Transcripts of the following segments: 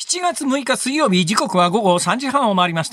7月6日水曜日、時刻は午後3時半を回りました。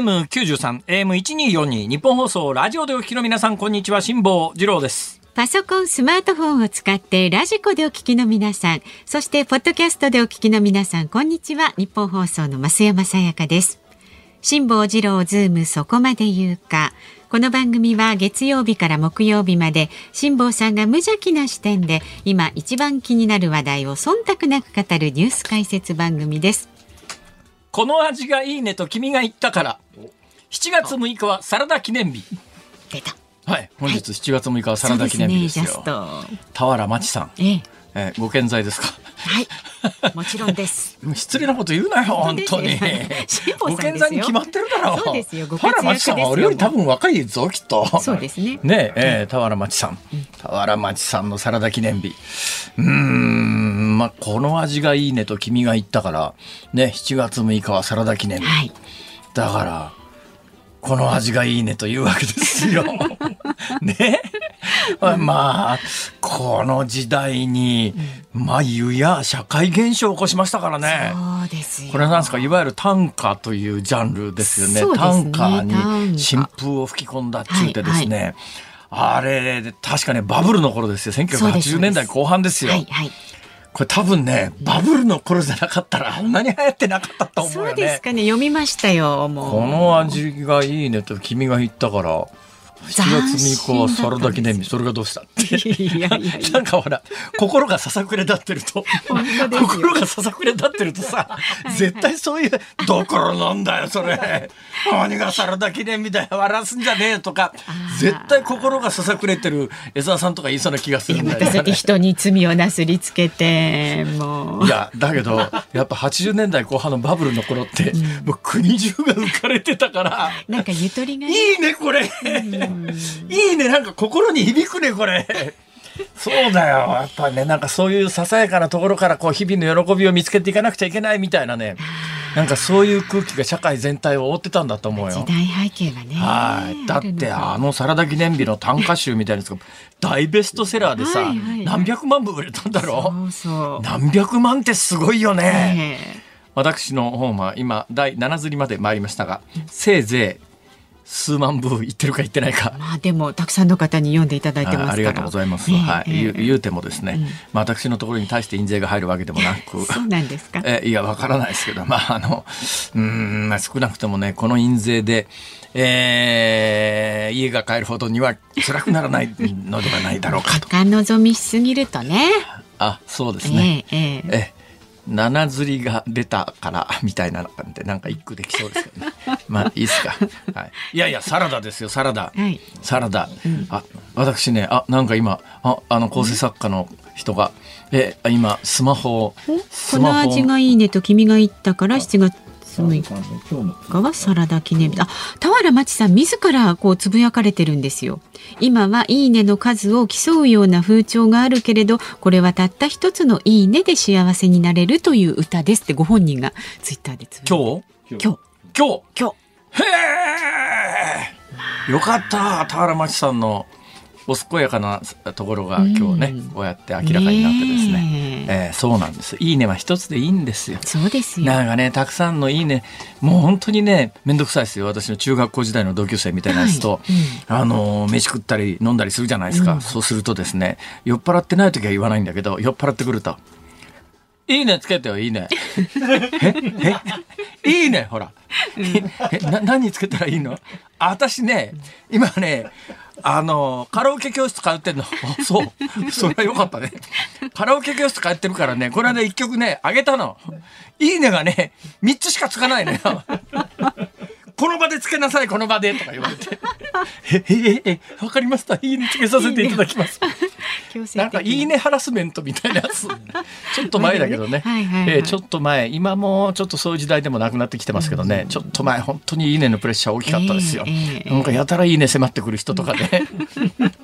FM93 AM1242 日本放送ラジオでお聞きの皆さん、こんにちは。辛坊治郎です。 パソコン、スマートフォンを使ってラジコでお聞きの皆さん、そしてポッドキャストでお聞きの皆さん、こんにちは。日本放送の増山さやかです。辛坊治郎ズームそこまで言うか。この番組は月曜日から木曜日まで辛坊さんが無邪気な視点で今一番気になる話題を忖度なく語るニュース解説番組です。 この味がいいねと君が言ったから。7月6日はサラダ記念日。 出た。 はい、本日7月6日はサラダ記念日ですよ。 そうですね、ジャスト。 俵真知さん、ご健在ですか？ はい、もちろんです。 失礼なこと言うなよ、本当に。ご健在に決まってるだろう。 そうですよ、ご活躍ですよ。 俵真知さんは俺より多分若いぞ、きっと。 そうですね。 ねえ、俵真知さん、俵真知さんのサラダ記念日。まあこの味がいいねと君が言ったからね、7月6日はサラダ記念日。はい、だからこの味がいいねというわけですよ。ね。まあこの時代に眉や社会現象を起こしましたからね。 そうですよ。 これは何ですか、いわゆる短歌というジャンルですよね。短歌に新風を吹き込んだって言ってですね、あれ確かね、バブルの頃ですよ。1980年代後半ですよ。これ多分ね、バブルの頃じゃなかったらあんなに流行ってなかったと思うよね。 そうですかね、読みましたよ。もうこの味がいいねと君が言ったから7月6日はサラダ記念日。それがどうしたってなんかほら、心がささくれ立ってると心がささくれ立ってるとさ、絶対そういうだからなんだよそれ、何がサラダ記念日だよ、笑わすんじゃねえとか、絶対心がささくれてる江澤さんとか言いそうな気がするんだよね。 また人に罪をなすりつけてもう。 いやだけどやっぱ80年代後半のバブルの頃って、もう国中が浮かれてたから、 なんかゆとりが、ね、 いいねこれ、いいね、なんか心に響くねこれ。そうだよ、やっぱね、なんかそういうささやかなところからこう日々の喜びを見つけていかなくちゃいけないみたいなね、なんかそういう空気が社会全体を覆ってたんだと思うよ。 時代背景がね。 はい、だってサラダ記念日の短歌集みたいなやつが大ベストセラーでさ、何百万部売れたんだろう。そう何百万ってすごいよね。私の本は今第7釣りまで参りましたが、せいぜい数万部言ってるか言ってないか。 まあでもたくさんの方に読んでいただいてますから。 ありがとうございます。はい、言うてもですね、私のところに対して印税が入るわけでもなく。 そうなんですか。 いやわからないですけど、まあ少なくともね、この印税で、家が買えるほどには辛くならないのではないだろうかと。 高望みしすぎるとね。 そうですね。七釣りが出たからみたいな感じでなんか一句できそうですけどね。まあいいですか。はい、いやいやサラダですよ、サラダ。サラダ。私ね、なんか今構成作家の人が今スマホこの味がいいねと君が言ったから7月6日はサラダ記念日。俵真知さん自らこうつぶやかれてるんですよ。今はいいねの数を競うような風潮があるけれど、これはたった一つのいいねで幸せになれるという歌ですってご本人がツイッターでつぶやいて。今日へえ、よかった。俵真知さんのお健やかなところが今日ね、こうやって明らかになってですね、そうなんです。いいねは一つでいいんですよ。 そうですよ。 なんかね、たくさんのいいね、もう本当にね、めんどくさいですよ。私の中学校時代の同級生みたいなやつと、飯食ったり飲んだりするじゃないですか。そうするとですね、酔っ払ってない時は言わないんだけど、酔っ払ってくるといいねつけてよ、いいね。いいね、ほら。何つけたらいいの？私ね、今ね、カラオケ教室通ってんの。そう。それはよかったね。カラオケ教室通ってるからね、これで1曲ね、あげたの。いいねがね、3つしかつかないのよ。この場でつけなさい、この場でとか言われて。わかりました。いいねつけさせていただきます。なんかいいねハラスメントみたいなやつ。ちょっと前だけどね。ちょっと前、今もちょっとそういう時代でもなくなってきてますけどね。ちょっと前、本当にいいねのプレッシャー大きかったですよ。なんかやたらいいね迫ってくる人とかね。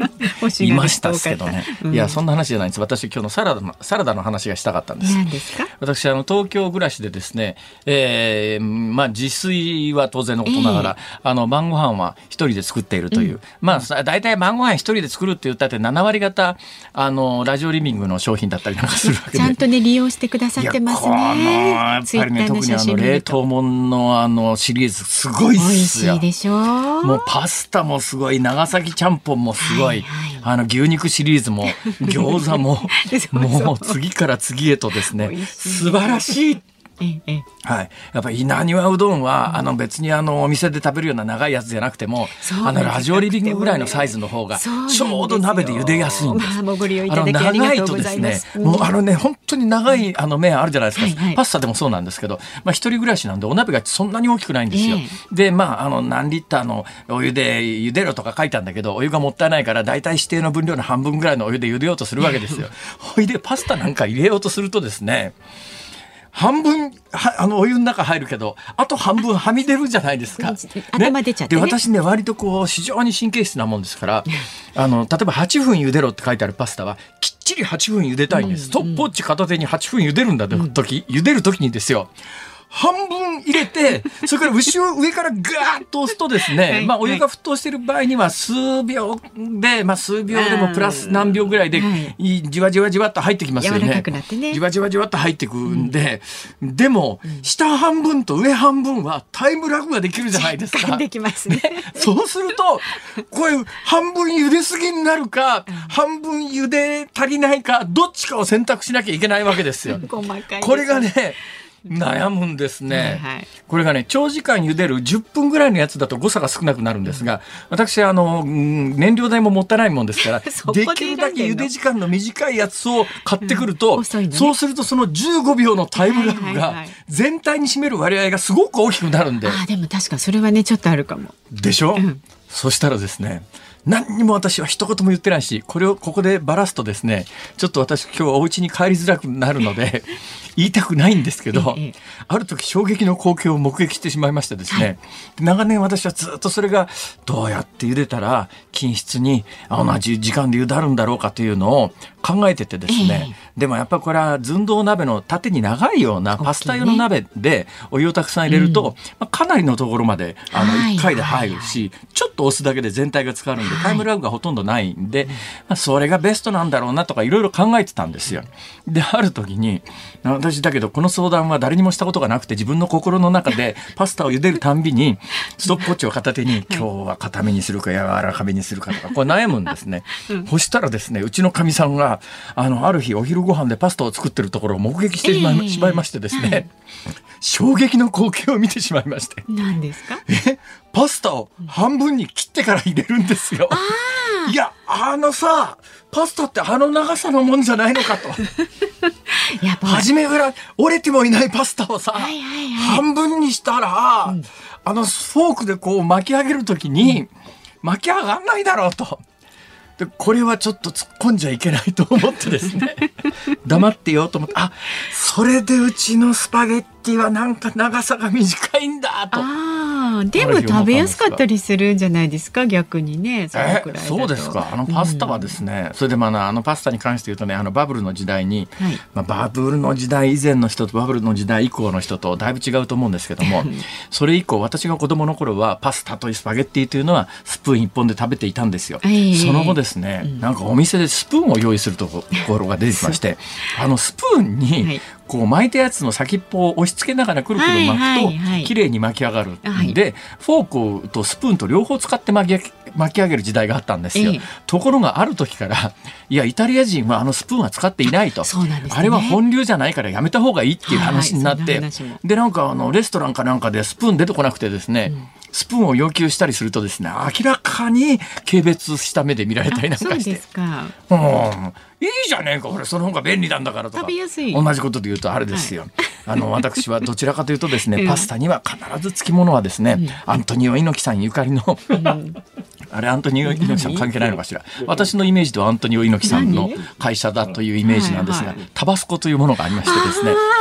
いましたですけどね、いやそんな話じゃないんです。私今日のサラダの話がしたかったんです。 何ですか？ 私東京暮らしでですね、自炊は当然のことながら、晩ご飯は一人で作っているという、大体晩ご飯一人で作るって言ったって7割方ラジオリビングの商品だったりなんかするわけで、 ちゃんとね利用してくださってますね。 やっぱりね、特に冷凍もんのシリーズすごいっすよ。 美味しいでしょ。 もうパスタもすごい、長崎ちゃんぽんもすごい、牛肉シリーズも餃子ももう次から次へとですね、素晴らしい。はい、やっぱり稲庭うどんは別にお店で食べるような長いやつじゃなくても、ラジオリビングぐらいのサイズの方がちょうど鍋で茹でやすいんです。長いとですね、もう本当に長い麺あるじゃないですか、パスタでもそうなんですけど、一人暮らしなんでお鍋がそんなに大きくないんですよ。で何リッターのお湯で茹でろとか書いたんだけど、お湯がもったいないから大体指定の分量の半分ぐらいのお湯で茹でようとするわけですよ。ほいでパスタなんか入れようとするとですね、半分お湯の中入るけど、あと半分はみ出るじゃないですか。 頭出ちゃってね。 で私ね、割と非常に神経質なもんですから例えば8分茹でろって書いてあるパスタはきっちり8分茹でたいんです。トッポッチ片手に8分茹でるんだ時、茹でる時にですよ、半分入れて、それから上からガーッと押すとですね、お湯が沸騰している場合には数秒で、数秒でもプラス何秒ぐらいで、じわじわじわっと入ってきますよね。 柔らかくなってね。 じわじわじわっと入ってくんで、でも、下半分と上半分はタイムラグができるじゃないですか。 できますね。 そうすると、これ半分茹ですぎになるか、半分茹で足りないか、どっちかを選択しなきゃいけないわけですよ。 細かいですね。 これがね、悩むんですね。これがね、長時間茹でる10分ぐらいのやつだと誤差が少なくなるんですが、私燃料代ももったいないもんですからできるだけ茹で時間の短いやつを買ってくると、そうするとその15秒のタイムラグが全体に占める割合がすごく大きくなるんで。 でも確かそれはねちょっとあるかも。 でしょ、そしたらですね、何にも私は一言も言ってないし、これをここでばらすとですね、ちょっと私今日お家に帰りづらくなるので言いたくないんですけど、ある時衝撃の光景を目撃してしまいましてですね、長年私はずっとそれがどうやって茹でたら均質に同じ時間で茹だるんだろうかというのを考えててですね、でもやっぱりこれは寸胴鍋の縦に長いようなパスタ用の鍋でお湯をたくさん入れると、かなりのところまで1回で入るし、ちょっと押すだけで全体が浸かるんでタイムラグがほとんどないんで、それがベストなんだろうなとかいろいろ考えてたんですよ。である時に私だけどこの相談は誰にもしたことがなくて、自分の心の中でパスタを茹でるたんびにストップウォッチを片手に今日は固めにするか柔らかめにするかとかこれ悩むんですね。そしたらですね、うちのかみさんがある日お昼ご飯でパスタを作ってるところを目撃してしまいましてですね、衝撃の光景を見てしまいまして。 何ですか？ パスタを半分に切ってから入れるんですよ。いやさ、パスタって長さのもんじゃないのかと初めから折れてもいないパスタをさ、半分にしたら、フォークでこう巻き上げるときに巻き上がんないだろうと。でこれはちょっと突っ込んじゃいけないと思ってですね黙ってようと思って、それでうちのスパゲッティはなんか長さが短いんだと。 でも食べやすかったりするんじゃないですか、逆にね。 そうですか。パスタはですね、それでパスタに関して言うとね、バブルの時代に、バブルの時代以前の人とバブルの時代以降の人とだいぶ違うと思うんですけどもそれ以降私が子供の頃はパスタとスパゲッティというのはスプーン一本で食べていたんですよ。その後ですね、なんかお店でスプーンを用意するところが出てきましてスプーンにこう巻いたやつの先っぽを押し付けながらくるくる巻くときれいに巻き上がるんで、フォークとスプーンと両方使って巻き上げる時代があったんですよ。ところがある時からいやイタリア人はスプーンは使っていないと、あれは本流じゃないからやめた方がいいっていう話になって、でなんかレストランかなんかでスプーン出てこなくてですね、スプーンを要求したりするとですね、明らかに軽蔑した目で見られたりなんかして、 そうですか。 いいじゃねえかこれ、その方が便利なんだからとか、 食べやすい。 同じことで言うとあれですよ、私はどちらかというとですね、パスタには必ずつきものはですね、アントニオ猪木さんゆかりのあれアントニオ猪木さん関係ないのかしら。私のイメージとアントニオ猪木さんの会社だというイメージなんですが、タバスコというものがありましてですね、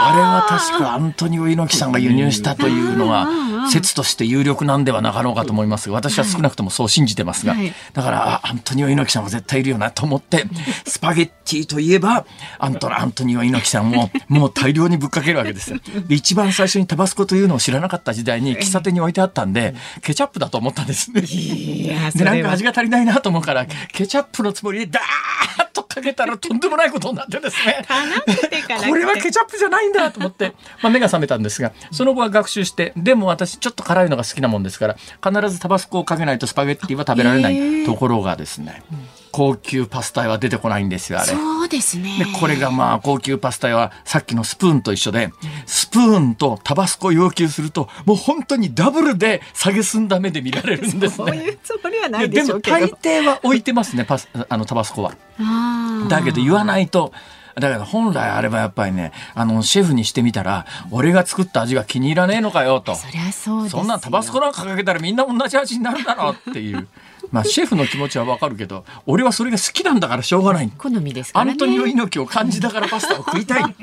あれは確かアントニオ猪木さんが輸入したというのが説として有力なんではなかろうかと思いますが、私は少なくともそう信じてますが、だからアントニオ猪木さんは絶対いるよなと思って、スパゲッティといえばアントニオ猪木さんをもう大量にぶっかけるわけですよ。で一番最初にタバスコというのを知らなかった時代に喫茶店に置いてあったんで、ケチャップだと思ったんですね。でなんか味が足りないなと思うからケチャップのつもりでダーッとかけたらとんでもないことになってですねこれはケチャップじゃないんだと思って、目が覚めたんですが、その後は学習して、でも私ちょっと辛いのが好きなもんですから必ずタバスコをかけないとスパゲッティは食べられない、ところがですね、高級パスタは出てこないんですよあれ。 そうですね。 でこれが高級パスタはさっきのスプーンと一緒で、スプーンとタバスコを要求するともう本当にダブルで蔑んだ目で見られるんですね。 そういうつもりはないでしょうけど。 でも大抵は置いてますねタバスコは。だけど言わないと。だから本来あればやっぱりね、シェフにしてみたら俺が作った味が気に入らねえのかよと。 そりゃそうですよ。 そんなタバスコなんかかけたらみんな同じ味になるだろうっていうシェフの気持ちはわかるけど、俺はそれが好きなんだからしょうがない。 好みですからね。 アントニオ猪木を感じながらパスタを食いたい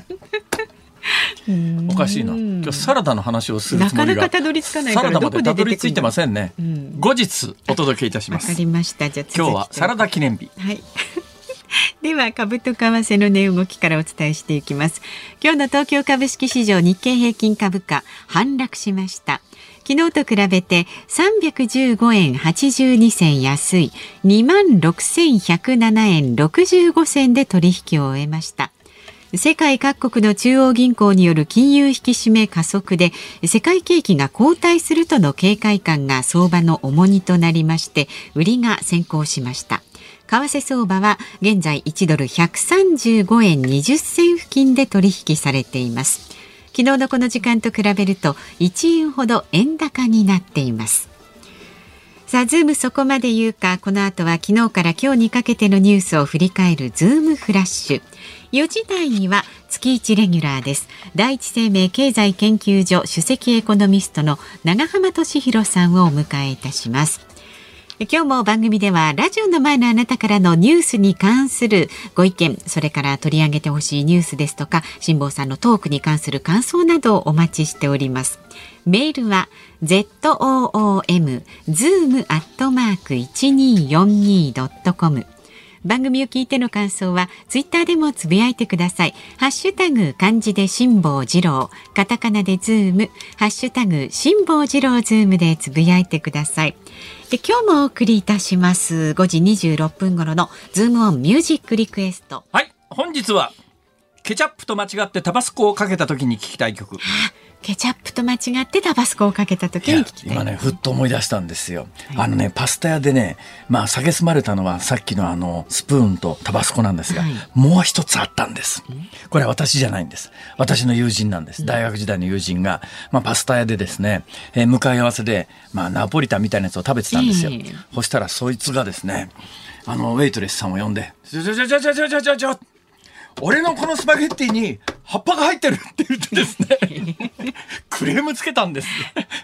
おかしいな。今日サラダの話をするつもりがなかなかたどり着かないから、 サラダまでたどり着いてませんね。後日お届けいたします。 わかりました。じゃあ今日はサラダ記念日。 はいでは株と為替の値動きからお伝えしていきます。今日の東京株式市場日経平均株価反落しました。昨日と比べて315円82銭安い 26,107 円65銭で取引を終えました。世界各国の中央銀行による金融引き締め加速で世界景気が後退するとの警戒感が相場の重荷となりまして、売りが先行しました。為替相場は現在1ドル135円20銭付近で取引されています。昨日のこの時間と比べると1円ほど円高になっています。さあズームそこまで言うか、この後は昨日から今日にかけてのニュースを振り返るズームフラッシュ。4時台には月1レギュラーです。第一生命経済研究所首席エコノミストの長浜俊弘さんをお迎えいたします。今日も番組ではラジオの前のあなたからのニュースに関するご意見、それから取り上げてほしいニュースですとか、辛坊さんのトークに関する感想などをお待ちしております。メールは zoom@1242.com。番組を聞いての感想はツイッターでもつぶやいてください。ハッシュタグ漢字で辛坊治郎、カタカナでズーム、ハッシュタグ辛坊治郎ズームでつぶやいてください。で今日もお送りいたします5時26分頃のズームオンミュージックリクエスト。 はい、本日はケチャップと間違ってタバスコをかけた時に聞きたい曲。 ケチャップと間違ってタバスコをかけた時に聞きたい。 今ねふっと思い出したんですよ。パスタ屋でね、蔑まれたのはさっきのスプーンとタバスコなんですが、もう一つあったんです。これは私じゃないんです。私の友人なんです。大学時代の友人が、パスタ屋でですね、向かい合わせで、ナポリタンみたいなやつを食べてたんですよ。そしたらそいつがですね、ウェイトレスさんを呼んで、ちょ俺のこのスパゲッティに葉っぱが入ってるって言ってですねクレームつけたんです。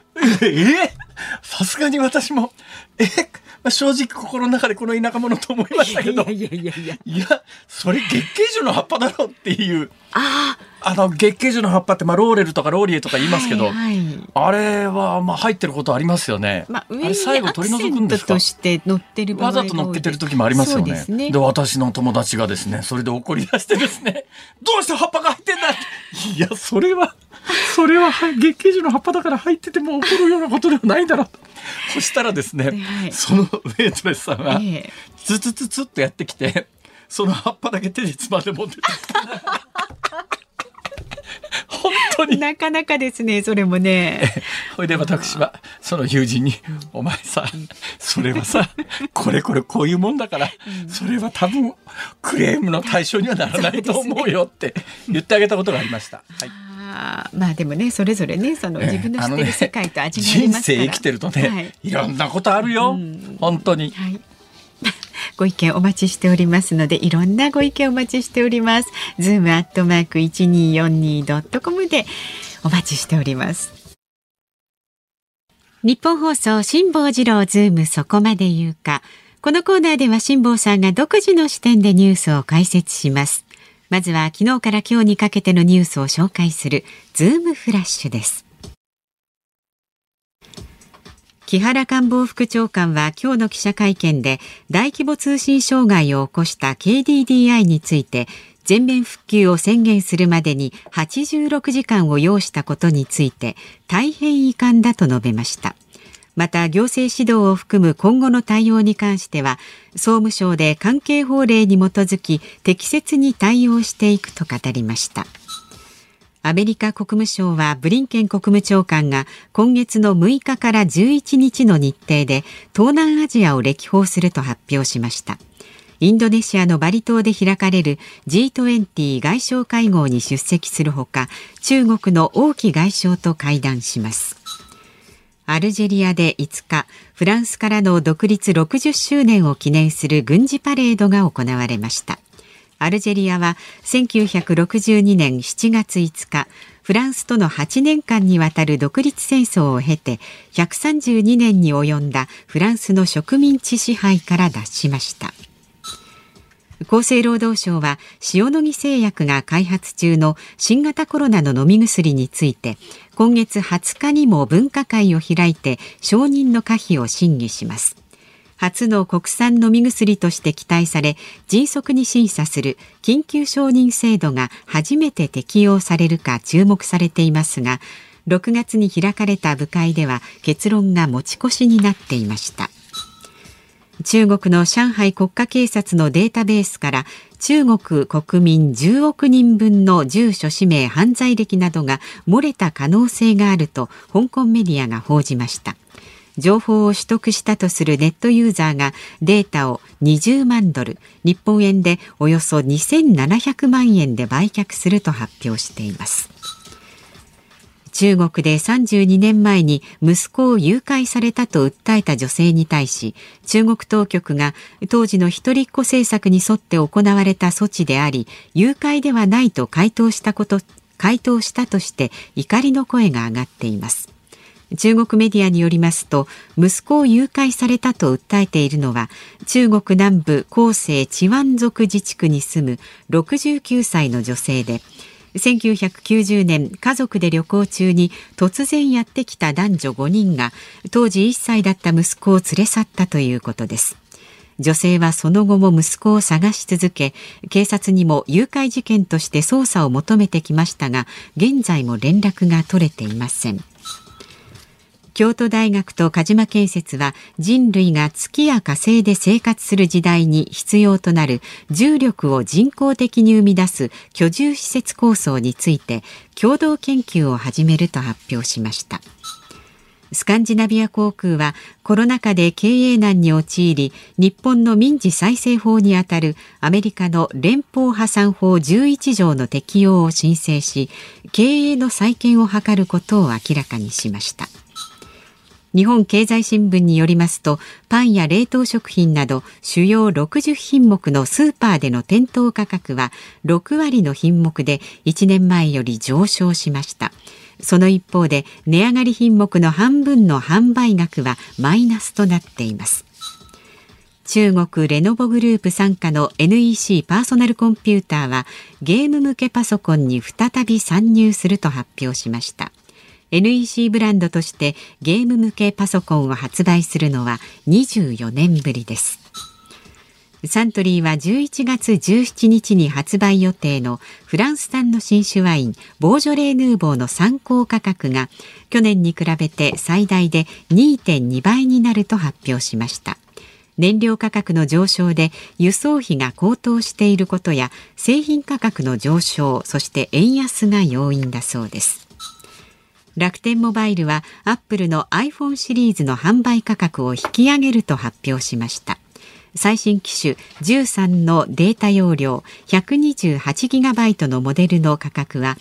さすがに私も正直心の中でこの田舎者と思いましたけど、いやそれ月桂樹の葉っぱだろっていう。月桂樹の葉っぱって、ローレルとかローリエとか言いますけど、あれは入ってることありますよね。あれ最後取り除くんですか。 アクセントとして乗ってる場合が多い。 わざと乗っけてる時もありますよね。で私の友達がですねそれで怒り出してですねどうして葉っぱが入ってんだって。いやそれは月桂樹の葉っぱだから入ってても怒るようなことではないんだろうと。そしたらですね、そのウェイトレスさんがツツツツッとやってきて、その葉っぱだけ手でつまんで持ってた。本当になかなかですね、それもね。 ほいで私はその友人に、お前さそれはさこれこういうもんだから、それは多分クレームの対象にはならないと思うよって言ってあげたことがありました。 でもね、それぞれね、自分の知ってる世界と味がありますから、 人生生きてるとね、いろんなことあるよ、本当に。 ご意見お待ちしておりますので、いろんなご意見お待ちしております。zoom@1242.com でお待ちしております。日本放送辛坊治郎ズームそこまで言うか。このコーナーでは辛坊さんが独自の視点でニュースを解説します。 まずは昨日から今日にかけてのニュースを紹介するズームフラッシュです。木原官房副長官は今日の記者会見で大規模通信障害を起こした KDDI について全面復旧を宣言するまでに86時間を要したことについて大変遺憾だと述べました。また行政指導を含む今後の対応に関しては総務省で関係法令に基づき適切に対応していくと語りました。アメリカ国務省はブリンケン国務長官が今月の6日から11日の日程で東南アジアを歴訪すると発表しました。インドネシアのバリ島で開かれる G20 外相会合に出席するほか、中国の王毅外相と会談します。アルジェリアで5日、フランスからの独立60周年を記念する軍事パレードが行われました。アルジェリアは1962年7月5日、フランスとの8年間にわたる独立戦争を経て、132年に及んだフランスの植民地支配から脱しました。厚生労働省は塩野義製薬が開発中の新型コロナの飲み薬について今月20日にも分科会を開いて承認の可否を審議します。初の国産飲み薬として期待され迅速に審査する緊急承認制度が初めて適用されるか注目されていますが、6月に開かれた部会では結論が持ち越しになっていました。中国の上海国家警察のデータベースから中国国民10億人分の住所氏名犯罪歴などが漏れた可能性があると香港メディアが報じました。情報を取得したとするネットユーザーがデータを20万ドル、日本円でおよそ2700万円で売却すると発表しています。中国で32年前に息子を誘拐されたと訴えた女性に対し、中国当局が当時の一人っ子政策に沿って行われた措置であり、誘拐ではないと回答したとして怒りの声が上がっています。中国メディアによりますと、息子を誘拐されたと訴えているのは中国南部広西チワン族自治区に住む69歳の女性で、1990年家族で旅行中に突然やってきた男女5人が当時1歳だった息子を連れ去ったということです。女性はその後も息子を探し続け、警察にも誘拐事件として捜査を求めてきましたが、現在も連絡が取れていません。京都大学と鹿島建設は人類が月や火星で生活する時代に必要となる重力を人工的に生み出す居住施設構想について共同研究を始めると発表しました。スカンジナビア航空はコロナ禍で経営難に陥り、日本の民事再生法にあたるアメリカの連邦破産法11条の適用を申請し、経営の再建を図ることを明らかにしました。日本経済新聞によりますと、パンや冷凍食品など主要60品目のスーパーでの店頭価格は6割の品目で1年前より上昇しました。その一方で値上がり品目の半分の販売額はマイナスとなっています。中国レノボグループ傘下の NEC パーソナルコンピューターはゲーム向けパソコンに再び参入すると発表しました。NEC ブランドとしてゲーム向けパソコンを発売するのは24年ぶりです。サントリーは11月17日に発売予定のフランス産の新酒ワインボージョレーヌーボーの参考価格が去年に比べて最大で 2.2 倍になると発表しました。燃料価格の上昇で輸送費が高騰していることや製品価格の上昇、そして円安が要因だそうです。楽天モバイルはアップルの iPhone シリーズの販売価格を引き上げると発表しました。最新機種13のデータ容量 128GB のモデルの価格は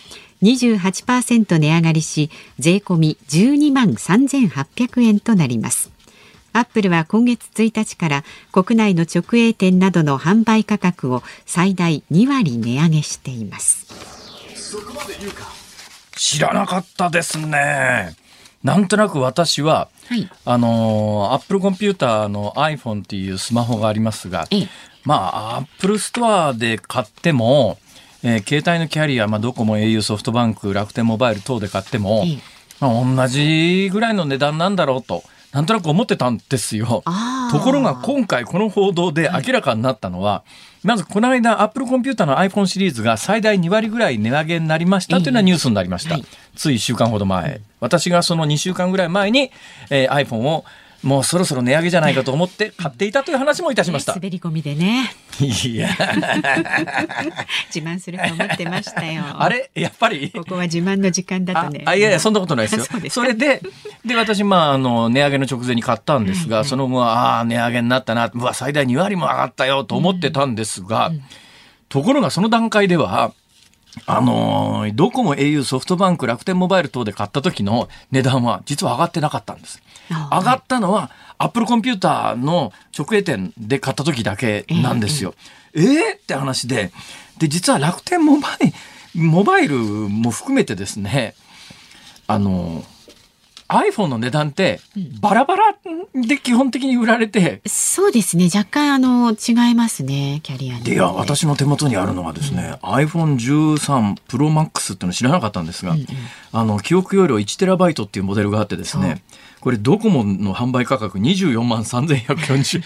28% 値上がりし、税込み12万3800円となります。アップルは今月1日から国内の直営店などの販売価格を最大2割値上げしています。 そこまで言うか。知らなかったですね。なんとなく私は、はい、アップルコンピューターの iPhone っていうスマホがありますが、まあアップルストアで買っても、 携帯のキャリア、ドコモ、au、ソフトバンク、楽天モバイル等で買っても、同じぐらいの値段なんだろうとなんとなく思ってたんですよ。ところが今回この報道で明らかになったのは、まずこの間アップルコンピューターの iPhone シリーズが最大2割ぐらい値上げになりましたというのはニュースになりました。つい1週間ほど前、私がその2週間ぐらい前に、iPhone をもうそろそろ値上げじゃないかと思って買っていたという話もいたしました。 滑り込みでね。 いや自慢すると思ってましたよ。 あれやっぱりここは自慢の時間だとね。 いやそんなことないですよ。それで私値上げの直前に買ったんですが、その後は値上げになったな、最大2割も上がったよと思ってたんですが、ところがその段階ではドコモ、au、ソフトバンク、楽天モバイル等で買った時の値段は実は上がってなかったんです。上がったのはアップルコンピューターの直営店で買った時だけなんですよ。って話で、実は楽天モバイルも含めてですね、iPhone の値段ってバラバラで基本的に売られて、 そうですね、若干違いますね、キャリアに。 いや私の手元にあるのはですね、iPhone13 Pro Max っていうの知らなかったんですが、記憶容量 1TB っていうモデルがあってですね、これドコモの販売価格24万3140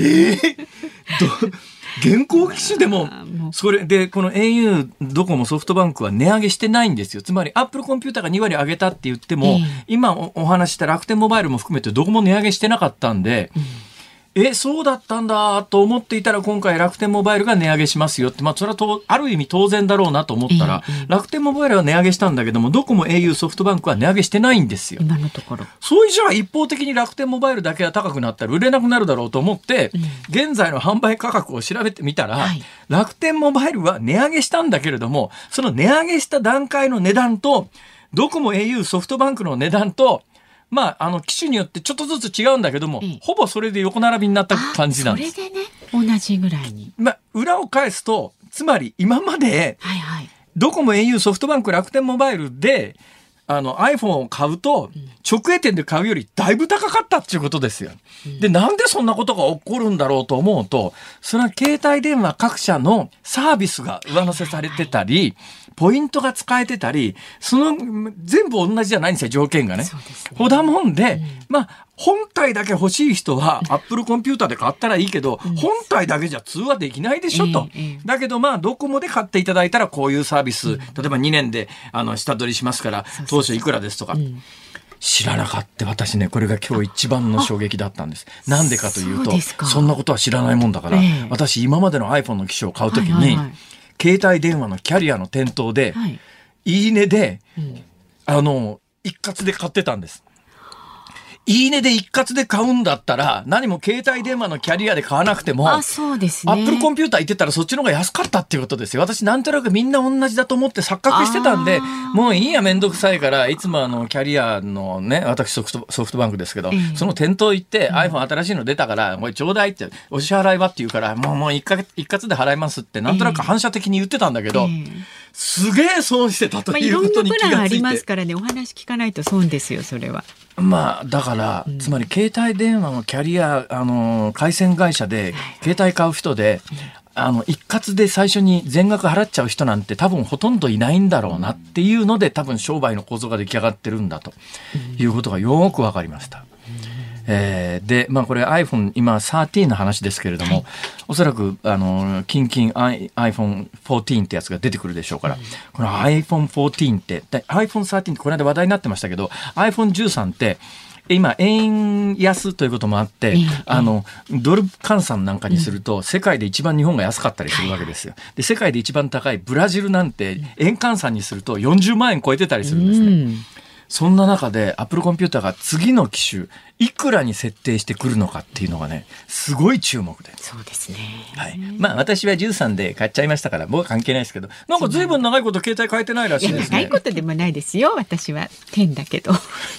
現行機種でもそれで、この au、ドコモ、ソフトバンクは値上げしてないんですよ。つまりアップルコンピューターが2割上げたって言っても、今お話した楽天モバイルも含めてどこも値上げしてなかったんで、そうだったんだと思っていたら、今回楽天モバイルが値上げしますよって、それはある意味当然だろうなと思ったら、楽天モバイルは値上げしたんだけども、ドコモ、au、ソフトバンクは値上げしてないんですよ。 今のところ。 そういうじゃあ一方的に楽天モバイルだけが高くなったら売れなくなるだろうと思って、現在の販売価格を調べてみたら、楽天モバイルは値上げしたんだけれども、その値上げした段階の値段と、ドコモ、au、ソフトバンクの値段と、機種によってちょっとずつ違うんだけども、ほぼそれで横並びになった感じなんです。 それでね、同じぐらいに。 裏を返すと、つまり今まで、ドコモ、au、ソフトバンク、楽天モバイルで、iPhone を買うと、直営店で買うよりだいぶ高かったっていうことですよ。で、なんでそんなことが起こるんだろうと思うと、それは携帯電話各社のサービスが上乗せされてたり、ポイントが使えてたり、全部同じじゃないんですよ、条件がね。ほだもんで、本体だけ欲しい人はアップルコンピューターで買ったらいいけど、本体だけじゃ通話できないでしょと。だけどドコモで買っていただいたらこういうサービス、例えば2年で下取りしますから、当初いくらですとか。知らなかった。私ね、これが今日一番の衝撃だったんです。なんでかというと、そんなことは知らないもんだから、私今までの iPhone の機種を買うときに、携帯電話のキャリアの店頭で、いいねで、一括で買ってたんです。いいねで一括で買うんだったら、何も携帯電話のキャリアで買わなくても、 そうですね、 アップルコンピューター行ってたらそっちの方が安かったっていうことですよ。私なんとなくみんな同じだと思って錯覚してたんで、もういいや、めんどくさいから、いつもキャリアのね、私ソフトバンクですけど、その店頭行って、iPhone 新しいの出たから、これちょうだいって、お支払いはって言うから、もう一括で払いますって、なんとなく反射的に言ってたんだけど、すげえ損してたということに気がついて。 いろんなプランありますからね、お話聞かないと損ですよ、それは。 だから、つまり携帯電話のキャリア、回線会社で携帯買う人で、一括で最初に全額払っちゃう人なんて多分ほとんどいないんだろうなっていうので、多分商売の構造が出来上がってるんだということがよくわかりました。で、これ iPhone 今13の話ですけれども、おそらく近々 iPhone 14ってやつが出てくるでしょうから、この iPhone 14って iPhone 13ってこの間話題になってましたけど、 iPhone 13って今円安ということもあって、ドル換算なんかにすると世界で一番日本が安かったりするわけですよ。で、世界で一番高いブラジルなんて円換算にすると40万円超えてたりするんですね。そんな中でアップルコンピューターが次の機種いくらに設定してくるのかっていうのがね、すごい注目で。 そうですね。 私は13で買っちゃいましたから僕は関係ないですけど、なんか随分長いこと携帯変えてないらしいですね。 長いことでもないですよ、私は10だけど。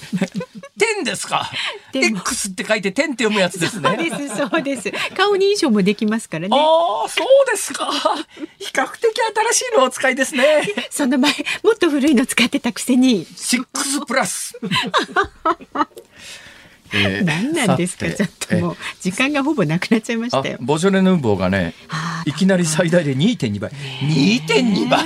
10ですか。X って書いて10って読むやつですね。 そうです。顔認証もできますからね。 そうですか。比較的新しいのをお使いですね。 その前もっと古いの使ってたくせに。 6プラス。 何なんですか。ちょっともう時間がほぼなくなっちゃいましたよ。 ボジョレ・ヌーボーがねいきなり最大で 2.2 倍 2.2 倍って、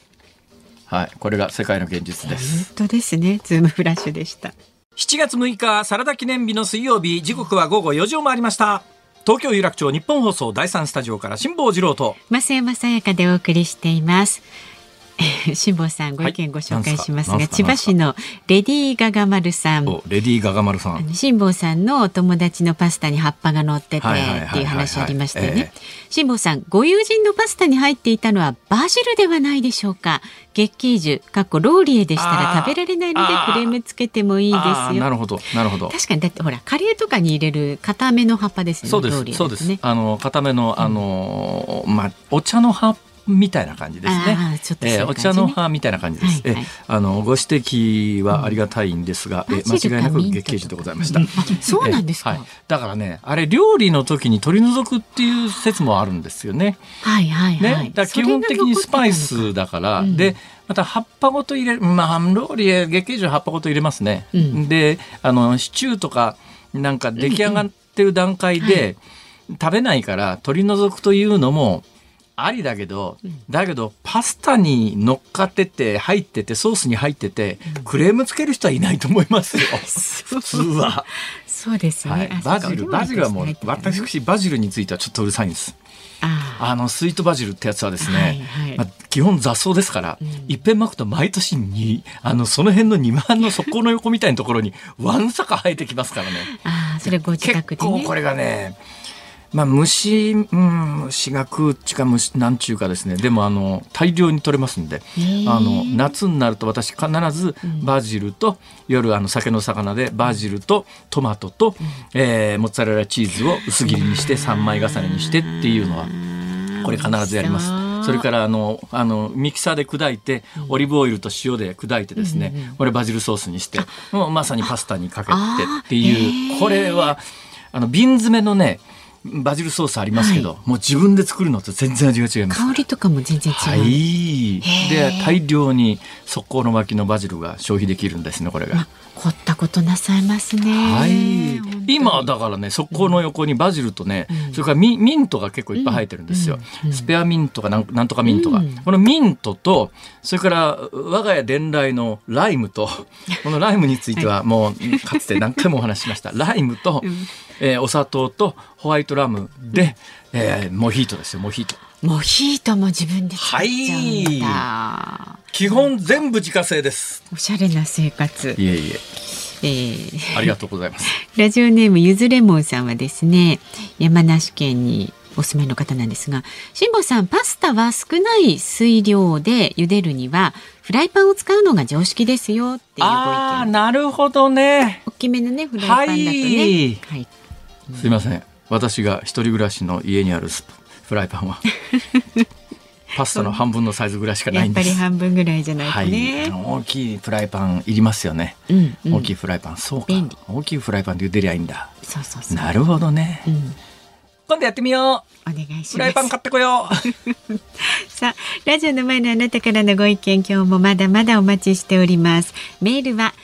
はい、これが世界の現実です。 本当ですね。ズームフラッシュでした。 7月6日サラダ記念日の水曜日、時刻は午後4時を回りました。東京有楽町日本放送第3スタジオから辛坊治郎と増山さやかでお送りしています。辛坊さんご意見ご紹介しますが、千葉市のレディーガガマルさん、 レディーガガマルさん、 辛坊さんのお友達のパスタに葉っぱが乗っててっていう話ありましたよね。辛坊さん、ご友人のパスタに入っていたのはバジルではないでしょうか。月桂樹ローリエでしたら食べられないのでクレームつけてもいいですよ。 なるほどなるほど。 確かにだってほらカレーとかに入れる固めの葉っぱですね。 そうです、そうです。固めのお茶の葉みたいな感じですね。お茶の葉みたいな感じです。ご指摘はありがたいんですが、間違いなく月桂樹でございました。 そうなんですか。 だからね、あれ料理の時に取り除くっていう説もあるんですよね。だから基本的にスパイスだから、でまた葉っぱごと入れる、ローリエ月桂樹葉っぱごと入れますね。でシチューとかなんか出来上がってる段階で食べないから取り除くというのもありだけど、パスタに乗っかってて入っててソースに入っててクレームつける人はいないと思いますよ普通は。 そうですね。 バジルはもう私バジルについてはちょっとうるさいんです。スイートバジルってやつはですね、基本雑草ですから、いっぺん巻くと毎年にその辺の庭の底の横みたいなところにわんさか生えてきますからね。 それご自宅でね。 結構これがね、虫が食うっちか虫なんちゅうかですね。でも大量に取れますんで、夏になると私必ずバジルと、夜酒の魚でバジルとトマトと、モッツァレラチーズを薄切りにして3枚重ねにしてっていうのはこれ必ずやります。それからミキサーで砕いてオリーブオイルと塩で砕いてですね、これバジルソースにしてもうまさにパスタにかけてっていう、これは瓶詰めのねバジルソースありますけど、もう自分で作るのと全然味が違います。 香りとかも全然違う。 で大量に速攻の巻きのバジルが消費できるんですね。これが凝ったことなさいますね。 今だからね、速攻の横にバジルとね、それからミントが結構いっぱい生えてるんですよ。スペアミントかなんとかミントが、このミントとそれから我が家伝来のライムと、このライムについてはもうかつて何回もお話ししましたライムと、お砂糖とホワイトラムで、モヒートですよ。モヒートも自分で作っちゃうんだ。 基本全部自家製です。 おしゃれな生活。 ありがとうございます。 ラジオネームゆずレモンさんはですね、山梨県にお住まいの方なんですが、辛坊さん、パスタは少ない水量で茹でるにはフライパンを使うのが常識ですよっていうご意見。 なるほどね。 大きめのねフライパンだとね。 すいません、私が一人暮らしの家にあるフライパンはパスタの半分のサイズぐらいしかないんです。 やっぱり半分ぐらいじゃないとね。 大きいフライパンいりますよね。大きいフライパン、そうか、大きいフライパンで茹でりゃいいんだ。 そうなるほどね。今度やってみよう。 お願いします。 フライパン買ってこよう。 さあ、ラジオの前のあなたからのご意見、今日もまだまだお待ちしております。メールは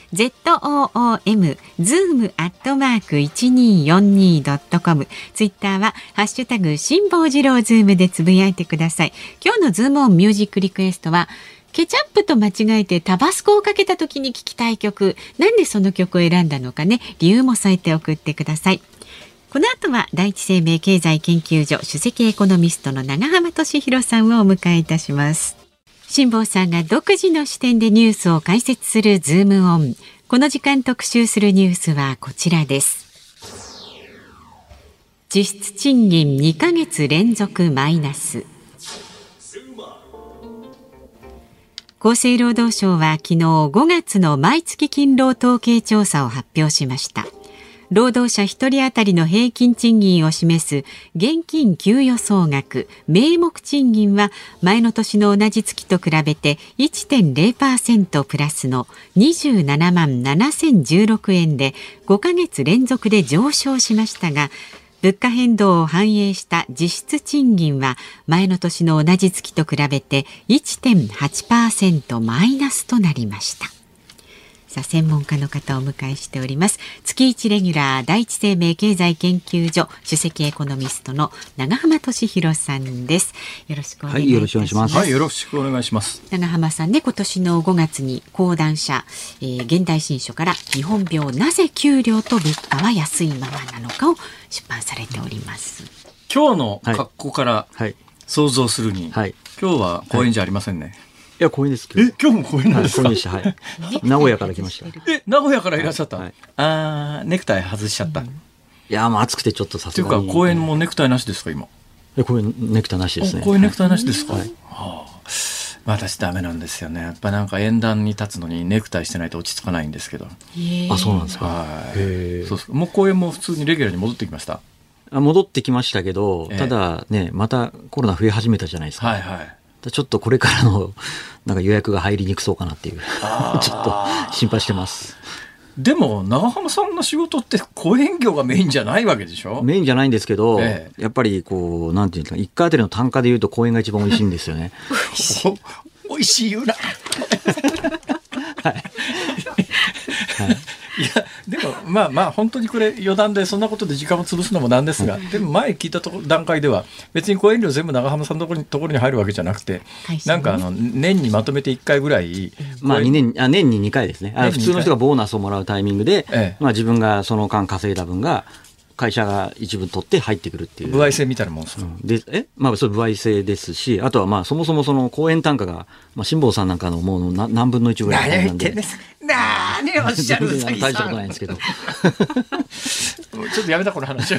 zoom@1242.com、ツイッターはハッシュタグ辛坊治郎ズームでつぶやいてください。今日のズームオンミュージックリクエストは、ケチャップと間違えてタバスコをかけた時に聴きたい曲、なんでその曲を選んだのかね、理由も添えて送ってください。この後は第一生命経済研究所首席エコノミストの長浜俊弘さんをお迎えいたします。辛坊さんが独自の視点でニュースを解説するズームオン。この時間特集するニュースはこちらです。実質賃金2ヶ月連続マイナス。厚生労働省は昨日5月の毎月勤労統計調査を発表しました。労働者1人当たりの平均賃金を示す現金給与総額名目賃金は前の年の同じ月と比べて 1.0% プラスの27万7016円で5ヶ月連続で上昇しましたが、物価変動を反映した実質賃金は前の年の同じ月と比べて 1.8% マイナスとなりました。 さあ、専門家の方をお迎えしております。月1レギュラー第一生命経済研究所首席エコノミストの長浜俊弘さんです。よろしくお願いいたします。 はい、よろしくお願いします。 長浜さんね、今年の5月に講談社、現代新書から日本病なぜ給料と物価は安いままなのかを出版されております。 今日の格好から想像するに、 はい、 今日は公演じゃありませんね。 いや、公演ですけど。 今日も公演なんですか？ 公演でした。はい。名古屋から来ました。 名古屋からいらっしゃった。 はい、 ネクタイ外しちゃった。 いや、もう暑くてちょっとさすがに。 というか、公演もネクタイなしですか、今。 公演ネクタイなしですね。 公演ネクタイなしですか？ はい。 私ダメなんですよね。やっぱなんか演壇に立つのにネクタイしてないと落ち着かないんですけど。 あ、そうなんですか。 はい。そうです。もう公演も普通にレギュラーに戻ってきました。 戻ってきましたけど、ただね、またコロナ増え始めたじゃないですか。 はいはい。 ちょっとこれからのなんか予約が入りにくそうかなっていうちょっと心配してます。 でも長浜さんの仕事って講演業がメインじゃないわけでしょ？ メインじゃないんですけど、やっぱりこうなんていうんですか、1回あたりの単価でいうと講演が一番美味しいんですよね。 美味しい言うな。はい。いやでもまあ本当にこれ余談でそんなことで時間を潰すのもなんですが、でも前聞いた段階では別に講演料全部長浜さんのところに入るわけじゃなくて、なんか年にまとめて1回ぐらい、 まあ年に2回ですね。普通の人がボーナスをもらうタイミングで、まあ自分がその間稼いだ分が会社が一部取って入ってくるっていう。 歩合制みたいなもんですか？ で、まあ、それ歩合制ですし、あとはまあ、そもそもその講演単価が、まあ、辛坊さんなんかのもう何分の1ぐらいなんで。 何をおっしゃるんですか？ 大したことないんですけど。ちょっとやめた、この話。こ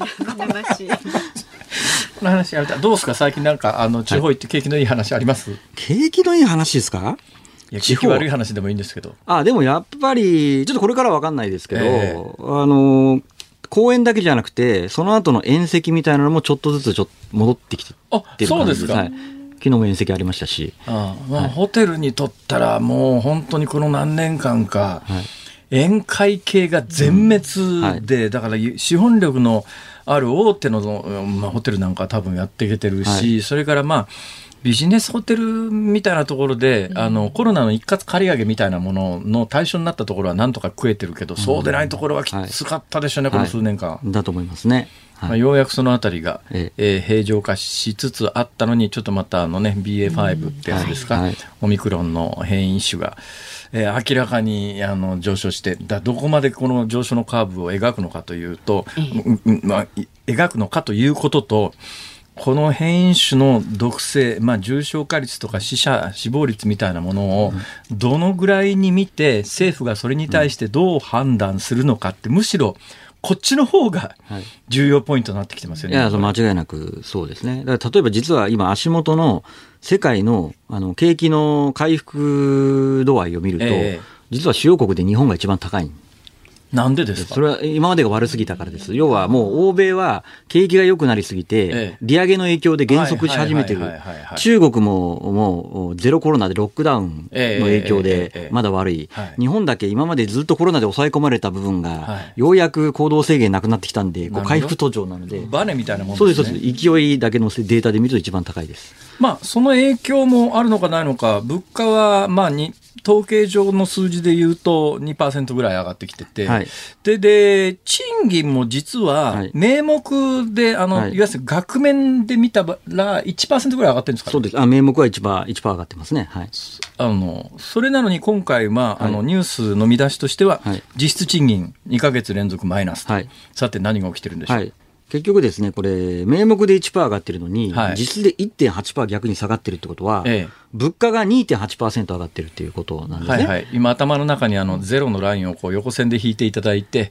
の話やめた。どうですか最近なんか、地方行って景気のいい話あります？ 景気のいい話ですか？ いや、景気悪い話でもいいんですけど。 でもやっぱり、ちょっとこれからは分かんないですけど、公演だけじゃなくて、その後の宴席みたいなのもちょっとずつ戻ってきてる感じです。 そうですか。 はい、昨日も宴席ありましたし。 ホテルにとったらもう本当にこの何年間か、宴会系が全滅で、だから資本力のある大手の、ホテルなんか多分やっていけてるし、それからビジネスホテルみたいなところで、コロナの一括借り上げみたいなものの対象になったところはなんとか食えてるけど、そうでないところはきつかったでしょうね、この数年間。 だと思いますね。 ようやくそのあたりが、平常化しつつあったのに、ちょっとまたBA.5 ってやつですか、オミクロンの変異種が、明らかに上昇して、どこまでこの上昇のカーブを描くのかというと、描くのかということと、この変異種の毒性、重症化率とか死亡率みたいなものをどのぐらいに見て政府がそれに対してどう判断するのかって、むしろこっちの方が重要ポイントになってきてますよね。 いや、間違いなくそうですね。だから例えば実は今足元の世界の景気の回復度合いを見ると、実は主要国で日本が一番高い。 なんでですか？ それは今までが悪すぎたからです。要はもう欧米は景気が良くなりすぎて、利上げの影響で減速し始めてる。中国もうゼロコロナでロックダウンの影響でまだ悪い。日本だけ今までずっとコロナで抑え込まれた部分が、ようやく行動制限なくなってきたんで、回復途上なので。 バネみたいなもんですね。 そうです。勢いだけのデータで見ると一番高いです。 その影響もあるのかないのか、物価は統計上の数字で言うと 2% ぐらい上がってきてて、で賃金も実は名目で、いわゆる額面で見たら 1% ぐらい上がってるんですか？ そうです。名目は 1% 上がってますね。 それなのに今回は、ニュースの見出しとしては、実質賃金2ヶ月連続マイナスと、さて何が起きてるんでしょう？ 結局ですね、これ、名目で 1% 上がってるのに、実質で 1.8% 逆に下がってるってことは、物価が 2.8% 上がってるっていうことなんですね。 今、頭の中にゼロのラインをこう横線で引いていただいて、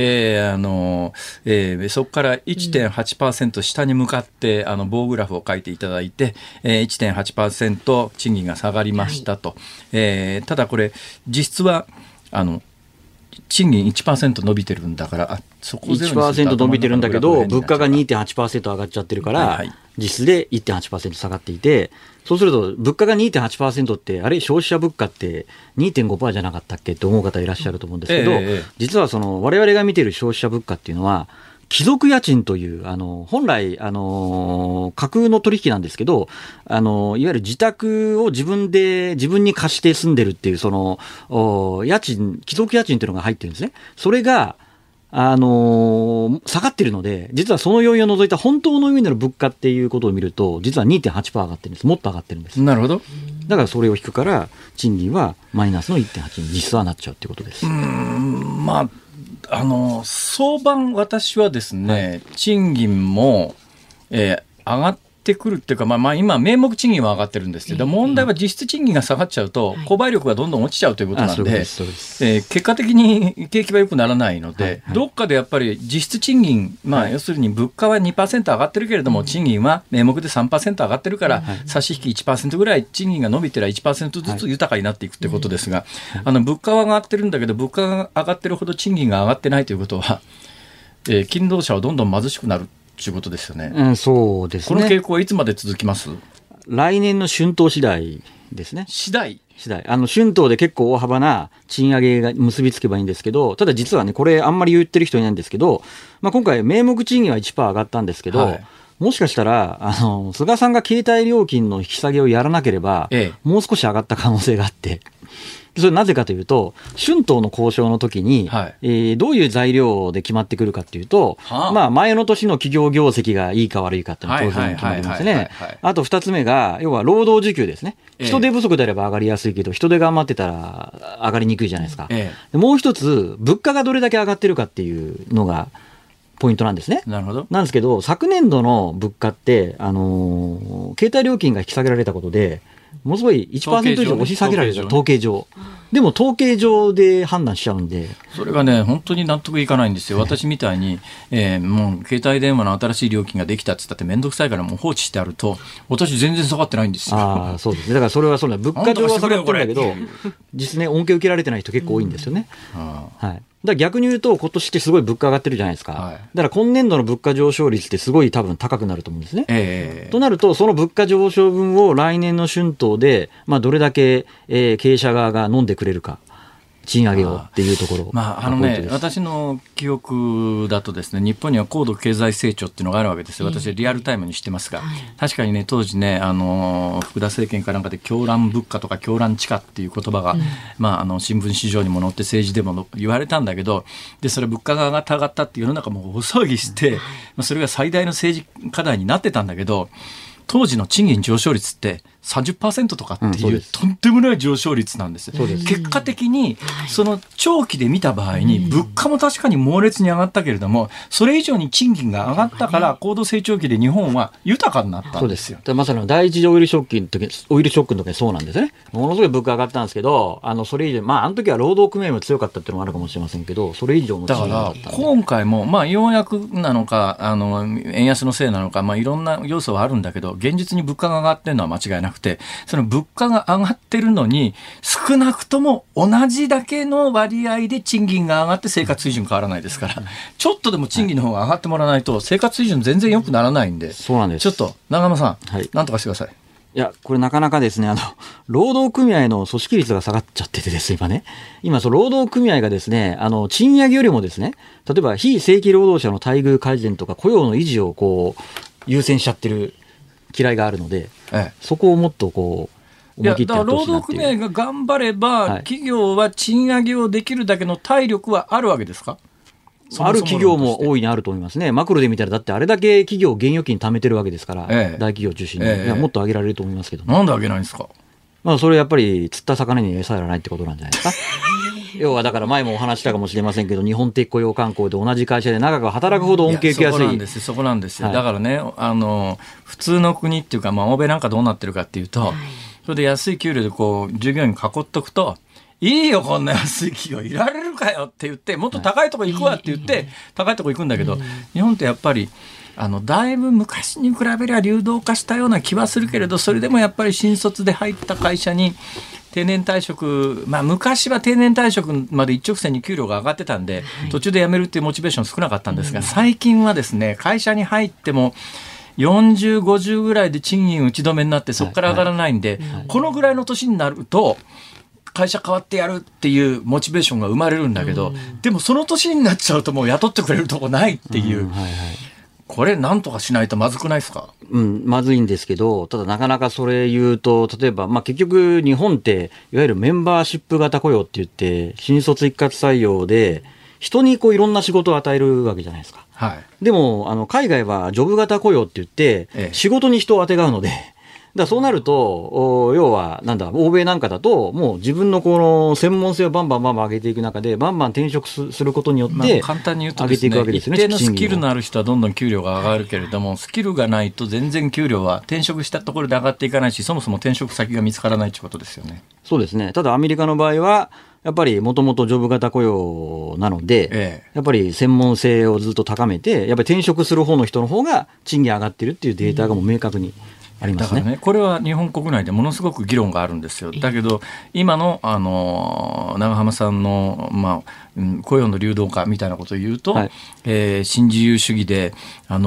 そこから 1.8% 下に向かって、棒グラフを書いていただいて、1.8% 賃金が下がりましたと。ただこれ、実質は、賃金 1% 伸びてるんだから、そこ 1% 伸びてるんだけど、物価が 2.8% 上がっちゃってるから、実質で 1.8% 下がっていて、そうすると、物価が 2.8% って、消費者物価って 2.5% じゃなかったっけって思う方いらっしゃると思うんですけど、実は我々が見てる消費者物価っていうのは、 貴族家賃という、本来、架空の取引なんですけど、いわゆる自宅を自分に貸して住んでるっていう、家賃、貴族家賃というのが入ってるんですね。それが、下がってるので、実はその要因を除いた本当の意味での物価っていうことを見ると、実は 2.8% 上がってるんです。もっと上がってるんです。 なるほど。 だからそれを引くから、賃金はマイナスの 1.8 に実質はなっちゃうっていうことです。 まあ、相場私はですね、賃金も、上がってくるっていうか、今名目賃金は上がってるんですけど、問題は実質賃金が下がっちゃうと、購買力がどんどん落ちちゃうということなんで、結果的に景気は良くならないので、どっかでやっぱり実質賃金、要するに物価は 2% 上がってるけれども、賃金は名目で 3% 上がってるから、差し引き 1% ぐらい賃金が伸びてら 1% ずつ豊かになっていくってことですが、物価は上がってるんだけど、物価が上がってるほど賃金が上がってないということは、勤労者はどんどん貧しくなるということですよね。 そうですね。 この傾向はいつまで続きます？ 来年の春闘次第ですね。 次第。 春闘で結構大幅な賃上げが結びつけばいいんですけど、ただ実はね、これあんまり言ってる人いないんですけど、今回名目賃金は 1% 上がったんですけど、もしかしたら、菅さんが携帯料金の引き下げをやらなければ、もう少し上がった可能性があって、それなぜかというと、春闘の交渉の時に、どういう材料で決まってくるかというと、前の年の企業業績がいいか悪いかっていうのが当然決まりますね。あと2つ目が、要は労働需給ですね。人手不足であれば上がりやすいけど、人手が余ってたら上がりにくいじゃないですか。もう一つ、物価がどれだけ上がってるかっていうのが、ポイントなんですね。 なるほど。 なんですけど、昨年度の物価って、携帯料金が引き下げられたことで、ものすごい 1% 以上押し下げられた、統計上。でも統計上で判断しちゃうんで。 それがね、本当に納得いかないんですよ。私みたいに、もう携帯電話の新しい料金ができたって言ったってめんどくさいからもう放置してあると、私全然下がってないんですよ。 そうですね。だからそれはそうだ、物価上は下がってるんだけど、実質ね、恩恵受けられてない人結構多いんですよね。だから逆に言うと、今年ってすごい物価上がってるじゃないですか。だから今年度の物価上昇率ってすごい多分高くなると思うんですね。となると、その物価上昇分を来年の春闘で、どれだけ、経営者側が飲んでくれるか。賃上げをっていうところ。 私の記憶だとですね、日本には高度経済成長っていうのがあるわけですよ。私リアルタイムに知ってますが、確かにね、当時ね、福田政権かなんかで狂乱物価とか狂乱地価っていう言葉が、新聞紙上にも載って政治でも言われたんだけど、でそれ物価が上がったって世の中も大騒ぎして、それが最大の政治課題になってたんだけど、当時の賃金上昇率って 30% とかっていうとんでもない上昇率なんですよ。結果的にその長期で見た場合に物価も確かに猛烈に上がったけれども、それ以上に賃金が上がったから高度成長期で日本は豊かになったんですよ。 まさに第一次オイルショックの時にそうなんですね。ものすごい物価上がったんですけど、それ以上、あの時は労働組合も強かったっていうのもあるかもしれませんけど、それ以上の賃金が上がった。 だから今回もようやくなのか円安のせいなのか、いろんな要素はあるんだけど、現実に物価が上がってるのは間違いなくて、その物価が上がってるのに少なくとも同じだけの割合で賃金が上がって生活水準変わらないですから、ちょっとでも賃金の方が上がってもらわないと生活水準全然良くならないんで、 そうなんです。 ちょっと長山さん、なんとかしてください。 いや、これなかなかですね、労働組合の組織率が下がっちゃっててですね、今、労働組合がですね、賃上げよりもですね、例えば非正規労働者の待遇改善とか雇用の維持を優先しちゃってる嫌いがあるので、そこをもっと思い切ってやってほしいなっていう。 労働組合が頑張れば、企業は賃上げをできるだけの体力はあるわけですか？ ある企業も大いにあると思いますね。マクロで見たら、だってあれだけ企業現預金貯めてるわけですから、大企業中心に、もっと上げられると思いますけどね。 なんで上げないんですか？ それやっぱり釣った魚に餌やらないってことなんじゃないですか。要はだから前もお話したかもしれませんけど、日本的雇用慣行で同じ会社で長く働くほど恩恵受けやすい。 そこなんですよ。だからね、普通の国っていうか、欧米なんかどうなってるかっていうと、それで安い給料で従業員囲っとくと、いいよこんな安い企業いられるかよって言って、もっと高いとこ行くわって言って、高いとこ行くんだけど、日本ってやっぱりだいぶ昔に比べれば流動化したような気はするけれど、それでもやっぱり新卒で入った会社に定年退職、昔は定年退職まで一直線に給料が上がってたんで、途中で辞めるっていうモチベーション少なかったんですが、最近はですね、会社に入っても40、50ぐらいで賃金打ち止めになって、そこから上がらないんで、このぐらいの年になると会社変わってやるっていうモチベーションが生まれるんだけど、でもその年になっちゃうともう雇ってくれるとこないっていう、これなんとかしないとまずくないですか？ まずいんですけど、ただなかなかそれ言うと、例えば、結局日本っていわゆるメンバーシップ型雇用って言って、新卒一括採用で人にいろんな仕事を与えるわけじゃないですか。でも海外はジョブ型雇用って言って、仕事に人をあてがうので、だからそうなると、要は欧米なんかだともう自分のこの専門性をバンバン上げていく中でバンバン転職することによって簡単に言うとですね、一定のスキルのある人はどんどん給料が上がるけれども、スキルがないと全然給料は転職したところで上がっていかないし、そもそも転職先が見つからないということですよね。 そうですね。ただアメリカの場合はやっぱりもともとジョブ型雇用なので、やっぱり専門性をずっと高めて、やっぱり転職する方の人の方が賃金上がってるっていうデータがもう明確にありますね。 だからね、これは日本国内でものすごく議論があるんですよ。だけど今の、長浜さんの、雇用の流動化みたいなことを言うと、新自由主義で国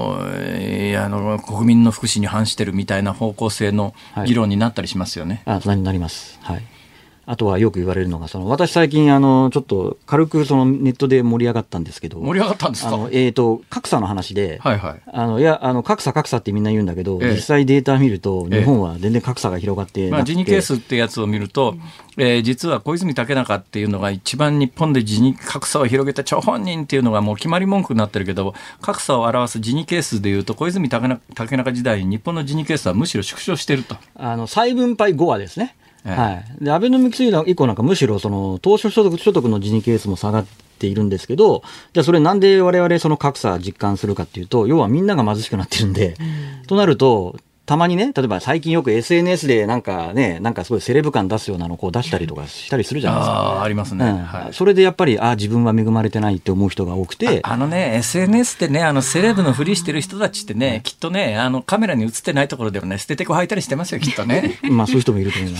民の福祉に反してるみたいな方向性の議論になったりしますよね。 なります。あとはよく言われるのが、私最近ちょっと軽くネットで盛り上がったんですけど、 盛り上がったんですか？ 格差の話で、格差ってみんな言うんだけど、実際データ見ると日本は全然格差が広がってなくて、 ジニケースってやつを見ると、実は小泉竹中っていうのが一番日本で格差を広げた張本人っていうのがもう決まり文句になってるけど、格差を表すジニケースでいうと小泉竹中時代に日本のジニケースはむしろ縮小してると。 再分配後はですね。でアベノミクス以降なんかむしろ当初所得のジニケースも下がっているんですけど、じゃあそれなんで我々格差実感するかっていうと、要はみんなが貧しくなってるんで、となるとたまにね、例えば最近よく SNS でなんかすごいセレブ感出すようなのを出したりとかしたりするじゃないですか。 ありますね。 それでやっぱり自分は恵まれてないって思う人が多くて、 SNS ってね、セレブのふりしてる人たちってね、きっとね、カメラに映ってないところでもね、捨ててこ履いたりしてますよ、きっとね。 そういう人もいると思います。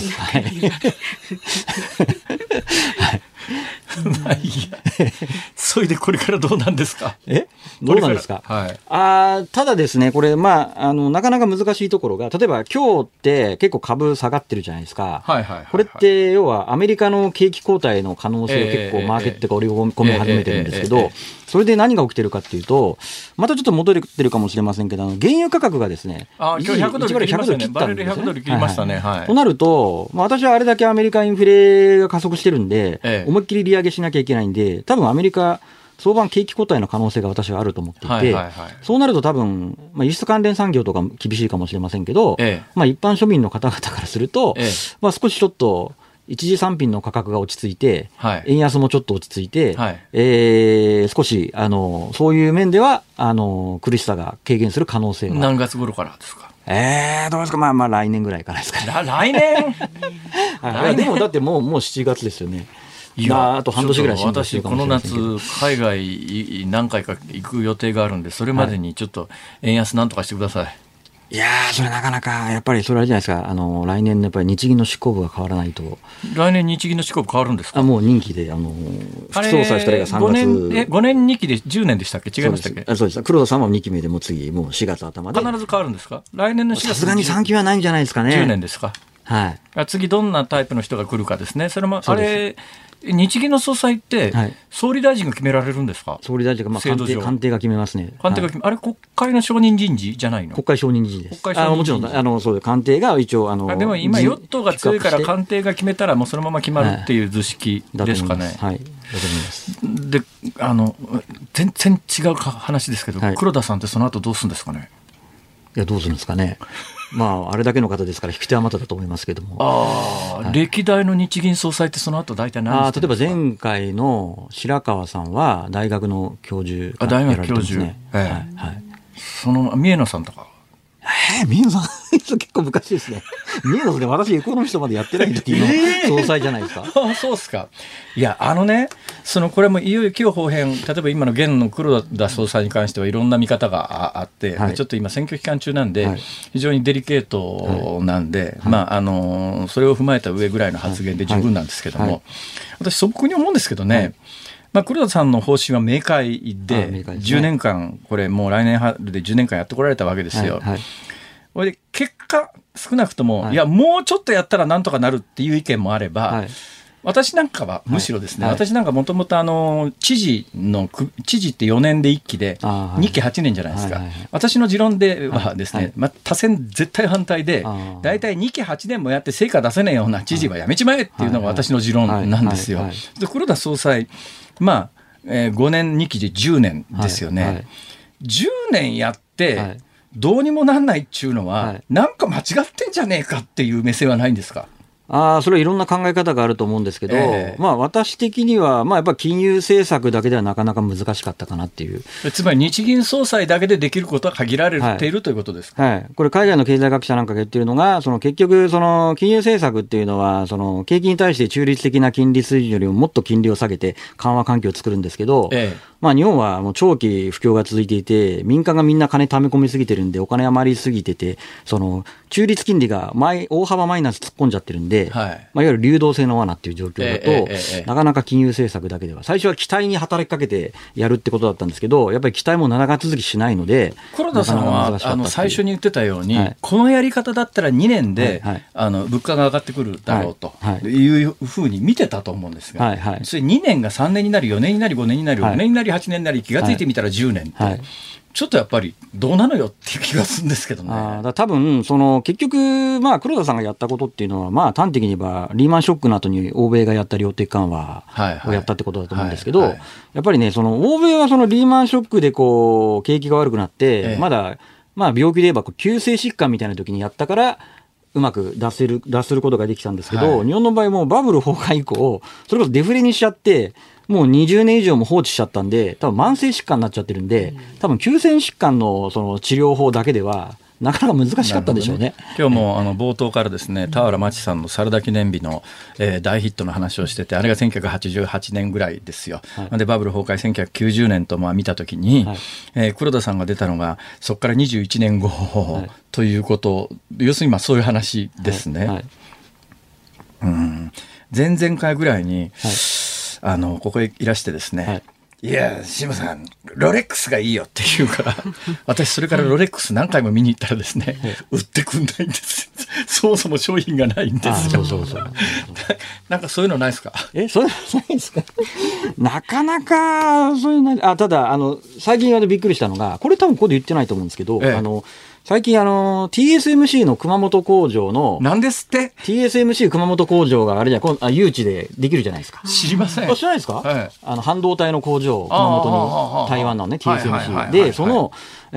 それでこれからどうなんですか？ どうなんですか？ただですね、これなかなか難しいところが、例えば今日って結構株下がってるじゃないですか。これって要はアメリカの景気後退の可能性を結構マーケットが織り込み始めてるんですけど、それで何が起きてるかっていうと、またちょっと戻ってるかもしれませんけど、原油価格がですね、 今日100ドル切りましたね。バレル100ドル切りましたね。 となると、私はあれだけアメリカインフレが加速してるんで、思いっきり利上げしなきゃいけないんで、多分アメリカ相場景気後退の可能性が私はあると思っていて、そうなると多分、輸出関連産業とか厳しいかもしれませんけど、一般庶民の方々からすると、少しちょっと一次産品の価格が落ち着いて、円安もちょっと落ち着いて、少しそういう面では苦しさが軽減する可能性が。 何月頃からですか？ どうですか？来年ぐらいからですかね。 来年でもだってもう7月ですよね。あと半年ぐらい辛抱してるかもしれませんけど、 私この夏海外何回か行く予定があるんで、それまでにちょっと円安なんとかしてください。 いやー、それなかなかやっぱりそれあれじゃないですか。来年のやっぱり日銀の執行部が変わらないと。 来年日銀の執行部変わるんですか？ もう任期で副総裁2人が3月 5年2期で10年でしたっけ？違いましたっけ？ そうです。黒田さんは2期目でもう次もう4月頭で必ず変わるんですか？来年の4月。 さすがに3期はないんじゃないですかね。 10年ですか？次どんなタイプの人が来るかですね。それも日銀の総裁って総理大臣が決められるんですか？ 総理大臣が官邸が決めますね。 官邸があれ国会の承認人事じゃないの？ 国会承認人事です。もちろんそう官邸が一応でも今与党が強いから官邸が決めたらもうそのまま決まるっていう図式ですかね。 だと思います。 で全然違う話ですけど、黒田さんってその後どうするんですかね？ いや、どうするんですかね。あれだけの方ですから引く手はまただと思いますけども。 歴代の日銀総裁ってその後大体何してるんですか？ 例えば前回の白川さんは大学の教授がやられてますね。 その三重野さんとか三重野さん結構昔ですね。三重野さんで私エコノミストまでやってない時の総裁じゃないですか。 そうですか。いやこれもいよいよ今日方変、例えば今の現の黒田総裁に関してはいろんな見方があって、ちょっと今選挙期間中なんで、非常にデリケートなんで、それを踏まえた上ぐらいの発言で十分なんですけども、私素朴に思うんですけどね、黒田さんの方針は明快で、10年間これもう来年春で10年間やってこられたわけですよ。これで結果少なくとも、いやもうちょっとやったらなんとかなるっていう意見もあれば、私なんかはむしろですね、私なんかもともと知事って4年で1期で2期8年じゃないですか。私の持論ではですね、多選絶対反対で、だいたい2期8年もやって成果出せないような知事はやめちまえっていうのが私の持論なんですよ。で黒田総裁、5年2期で10年ですよね。10年やってどうにもなんないっていうのは、なんか間違ってんじゃねえかっていう目線はないんですか？ それはいろんな考え方があると思うんですけど、私的には、やっぱり金融政策だけではなかなか難しかったかなっていう。 つまり日銀総裁だけでできることは限られているということですか？ これ海外の経済学者なんかが言ってるのが、結局金融政策っていうのは景気に対して中立的な金利水準よりももっと金利を下げて緩和環境を作るんですけど、日本はもう長期不況が続いていて、民間がみんな金貯め込みすぎてるんで、お金余りすぎてて、中立金利が大幅マイナス突っ込んじゃってるんで、いわゆる流動性の罠っていう状況だと、なかなか金融政策だけでは、最初は期待に働きかけてやるってことだったんですけど、やっぱり期待も長続きしないので、 黒田さんは最初に言ってたように、このやり方だったら2年で物価が上がってくるだろうというふうに見てたと思うんですが、それ2年が3年になり4年になり5年になり6年になり8年になり、気がついてみたら10年って、ちょっとやっぱりどうなのよっていう気がするんですけどね。 多分結局、黒田さんがやったことっていうのは、端的に言えばリーマンショックの後に欧米がやった量的緩和をやったってことだと思うんですけど、やっぱりね、欧米はリーマンショックで景気が悪くなって、まだ病気で言えば急性疾患みたいな時にやったからうまく脱することができたんですけど、日本の場合もバブル崩壊以降、それこそデフレにしちゃって、もう20年以上も放置しちゃったんで、多分慢性疾患になっちゃってるんで、多分急性疾患の治療法だけではなかなか難しかったでしょうね。 今日も冒頭からですね、田原町さんのサラダ記念日の、大ヒットの話をしてて、あれが1988年ぐらいですよ。でバブル崩壊1990年と見たときに、黒田さんが出たのがそこから21年後、ということ、要するにそういう話ですね。前々回ぐらいに、ここへいらしてですね、いや島さんロレックスがいいよって言うから私それからロレックス何回も見に行ったらですね、売ってくんないんですそもそも商品がないんですよ。なんかそういうのないですか？ そういうのないですか？なかなかそういうのただ最近びっくりしたのが、これ多分ここで言ってないと思うんですけど、最近TSMC の熊本工場の何ですって TSMC 熊本工場があれじゃ誘致でできるじゃないですか。 知りません。 知らないですか？半導体の工場熊本に台湾のね TSMC で、その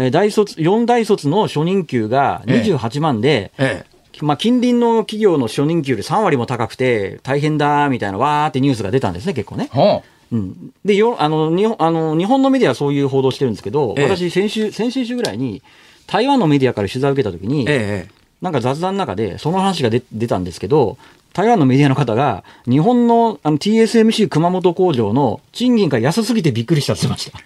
4大卒の初任給が28万で、近隣の企業の初任給より3割も高くて大変だみたいなわーってニュースが出たんですね、結構ね。で日本のメディアはそういう報道してるんですけど、私先々週ぐらいに台湾のメディアから取材を受けたときに、なんか雑談の中でその話が出たんですけど、台湾のメディアの方が日本のTSMC 熊本工場の賃金が安すぎてびっくりしたって言ってました。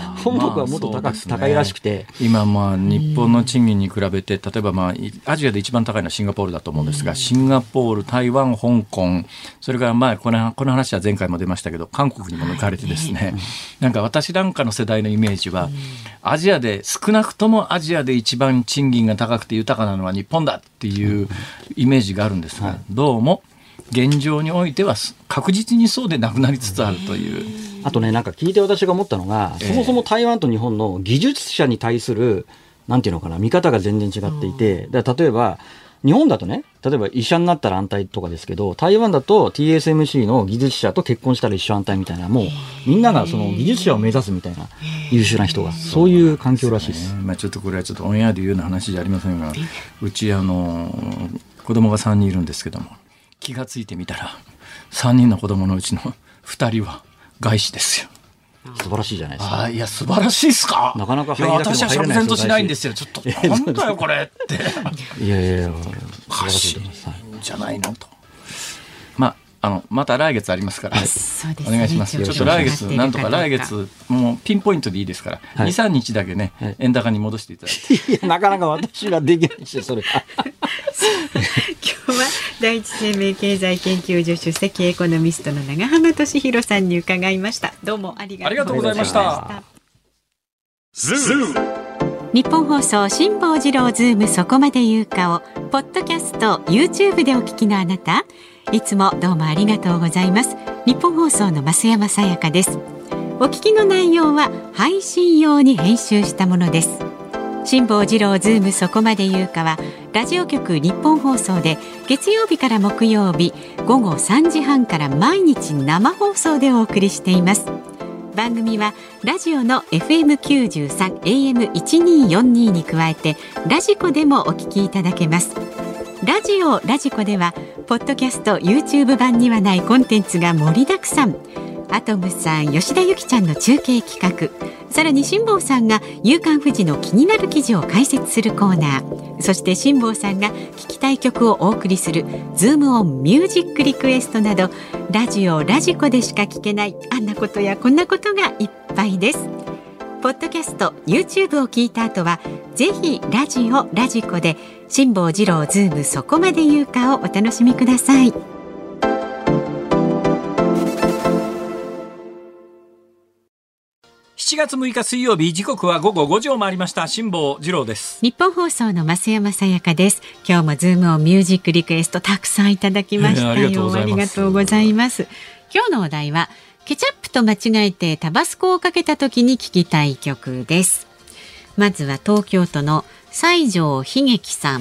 本国はもっと高いらしくて、 今日本の賃金に比べて、例えばアジアで一番高いのはシンガポールだと思うんですが、シンガポール、台湾、香港、それからこの話は前回も出ましたけど韓国にも抜かれてですね、なんか私なんかの世代のイメージは、アジアで少なくともアジアで一番賃金が高くて豊かなのは日本だっていうイメージがあるんですが、どうも現状においては確実にそうでなくなりつつあるという。 あとね、なんか聞いて私が思ったのが、そもそも台湾と日本の技術者に対するなんていうのかな、見方が全然違っていて、だから例えば日本だとね、例えば医者になったら安泰とかですけど、台湾だと TSMC の技術者と結婚したら一生安泰みたいな、もうみんながその技術者を目指すみたいな優秀な人が、そういう環境らしいです。 ちょっとこれはちょっとオンエアで言うような話じゃありませんが、うち子供が3人いるんですけども、気がついてみたら3人の子供のうちの2人は外資ですよ。 素晴らしいじゃないですか。 いや素晴らしいですか。 なかなか私は釈然としないんですよ。ちょっとなんだよこれっていやおかしいんじゃないのと。また来月ありますから、お願いします。ちょっと来月なんとか来月もうピンポイントでいいですから、2、3日だけね、円高に戻していただいて。 いやなかなか私はできないし、それ今日は第一生命経済研究所主席エコノミストの長浜俊弘さんに伺いました。どうもありがとうございました。 ズーム日本放送辛坊治郎ズームそこまで言うかをポッドキャスト YouTube でお聞きのあなた、いつもどうもありがとうございます。日本放送の増山さやかです。お聞きの内容は配信用に編集したものです。辛坊治郎ズームそこまで言うかはラジオ局日本放送で月曜日から木曜日午後3時半から毎日生放送でお送りしています。番組はラジオの FM93 AM1242 に加えてラジコでもお聞きいただけます。ラジコではポッドキャスト YouTube 版にはないコンテンツが盛りだくさん。アトムさん、吉田ゆきちゃんの中継企画、さらに辛坊さんが夕刊フジの気になる記事を解説するコーナー、そして辛坊さんが聞きたい曲をお送りするズームオンミュージックリクエストなど、ラジコでしか聞けないあんなことやこんなことがいっぱいです。ポッドキャスト YouTube を聞いた後はぜひラジコで辛坊治郎ズームそこまで言うかをお楽しみください。 7月6日水曜日、時刻は午後5時を回りました。辛坊治郎です。 日本放送の増山さやかです。今日もズームをミュージックリクエストたくさんいただきましたよ。 ありがとうございます。 今日のお題はケチャップと間違えてタバスコをかけた時に聴きたい曲です。まずは東京都の西条悲劇さん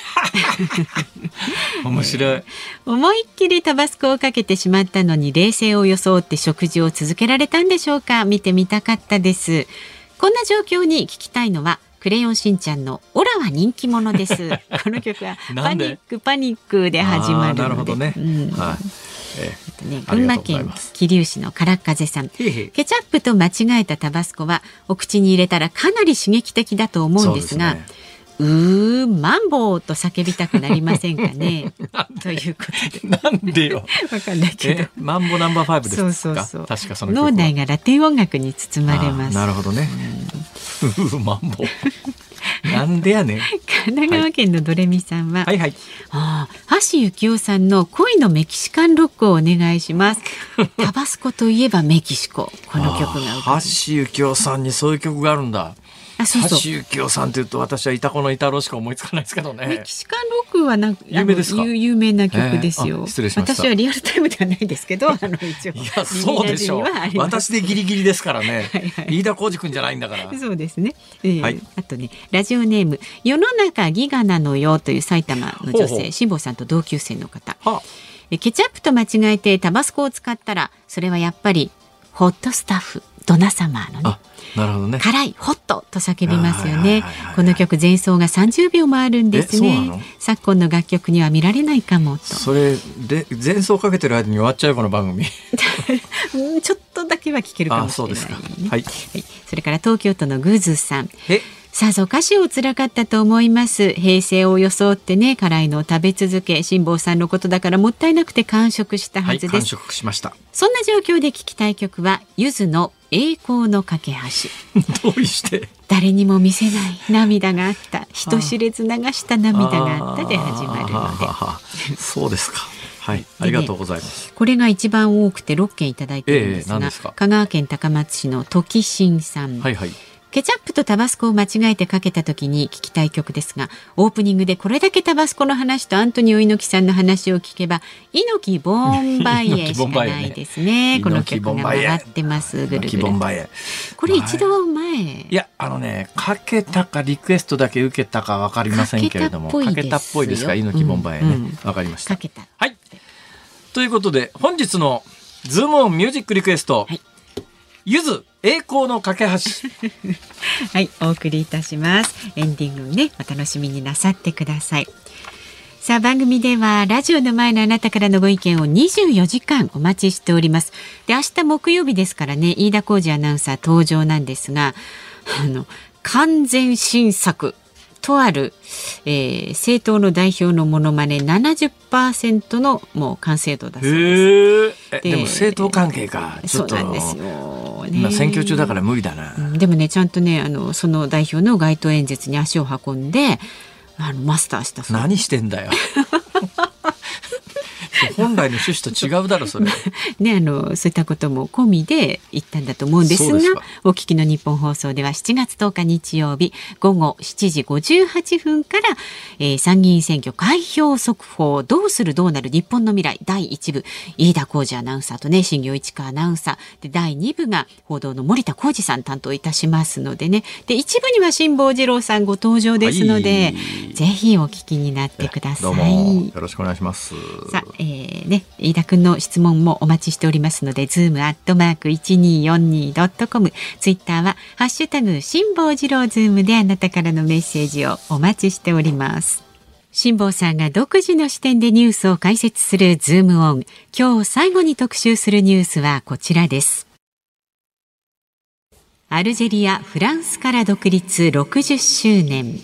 面白い。 思いっきりタバスコをかけてしまったのに冷静を装って食事を続けられたんでしょうか。見てみたかったです。こんな状況に聞きたいのはクレヨンしんちゃんのオラは人気者ですこの曲はパニックで始まるので。 なるほどね、はい群馬県桐生市のからっ風さん、ケチャップと間違えたタバスコはお口に入れたらかなり刺激的だと思うんですが、マンボウと叫びたくなりませんかねということで。 なんでよわかんないけど、 マンボナンバー5ですか。 そう確かその曲は脳内がラテン音楽に包まれます。 なるほどね、マンボウなんでやねん。 神奈川県のドレミさんは、 はいはい、 橋幸夫さんの恋のメキシカンロックをお願いしますタバスコといえばメキシコ、この曲が橋幸夫さんにそういう曲があるんだ。 橋幸夫さんというと私はイタコのイタローしか思いつかないですけどね。 メキシカンロックは有名ですか。 有名な曲ですよ、 失礼しました。 私はリアルタイムではないですけど一応いやそうでしょう。私でギリギリですからね飯田浩司君じゃないんだから。 そうですね、あとね、ラジオネーム世の中ギガなのよという埼玉の女性、辛坊さんと同級生の方、ケチャップと間違えてタバスコを使ったらそれはやっぱりホットスタッフドナサマーのね、 なるほどね、 辛いホットと叫びますよね。この曲前奏が30秒もあるんですね。昨今の楽曲には見られないかもと。 それで前奏かけてる間に終わっちゃうこの番組ちょっとだけは聞けるかもしれない、ね。 そうですか、はい。 それから東京都のグーズさん、さぞ歌詞を辛かったと思います。平成を装ってね、辛いのを食べ続け、辛坊さんのことだからもったいなくて完食したはずです。 完食しました。 そんな状況で聴きたい曲はゆずの栄光の架け橋。 どうして誰にも見せない涙があった、人知れず流した涙があったで始まるので。 そうですか。はい、ありがとうございます。 これが一番多くて6件いただいているんですが、香川県高松市の時新さん、ケチャップとタバスコを間違えてかけた時に聞きたい曲ですが、オープニングでこれだけタバスコの話とアントニオ猪木さんの話を聞けば猪木ボンバイエしかないですね。この曲が笑ってますぐるぐる。これ一度前、 いやかけたかリクエストだけ受けたか分かりませんけれども、かけたっぽいですか。猪木ボンバイエね、分かりました。 かけた。 はい、ということで本日のズームオンミュージックリクエスト、ゆず栄光の架け橋はい、お送りいたします。エンディングね、お楽しみになさってください。さあ、番組ではラジオの前のあなたからのご意見を24時間お待ちしております。で、明日木曜日ですからね、飯田浩司アナウンサー登場なんですが、完全新作とある、政党の代表のモノマネ 70% のもう完成度だそうです。 でも政党関係か、ちょっとそうなんですよ、ね、 今選挙中だから無理だな、 でもね、ちゃんとね、その代表の街頭演説に足を運んでマスターしたそう。 何してんだよ本来の趣旨と違うだろそれね、そういったことも込みで言ったんだと思うんですが、お聞きの日本放送では7月10日日曜日午後7時58分から、参議院選挙開票速報どうするどうなる日本の未来第1部飯田浩司アナウンサーとね新業一華アナウンサーで、第2部が報道の森田浩二さん担当いたしますのでね、で1部には辛坊治郎さんご登場ですので、ぜひお聞きになってください。 どうもよろしくお願いします。 さあ、飯田くんの質問もお待ちしておりますので zoom@1242.com、 ツイッターはハッシュタグ辛坊治郎ズームであなたからのメッセージをお待ちしております。辛坊さんが独自の視点でニュースを解説するズームオン。今日最後に特集するニュースはこちらです。アルジェリア・フランスから独立60周年。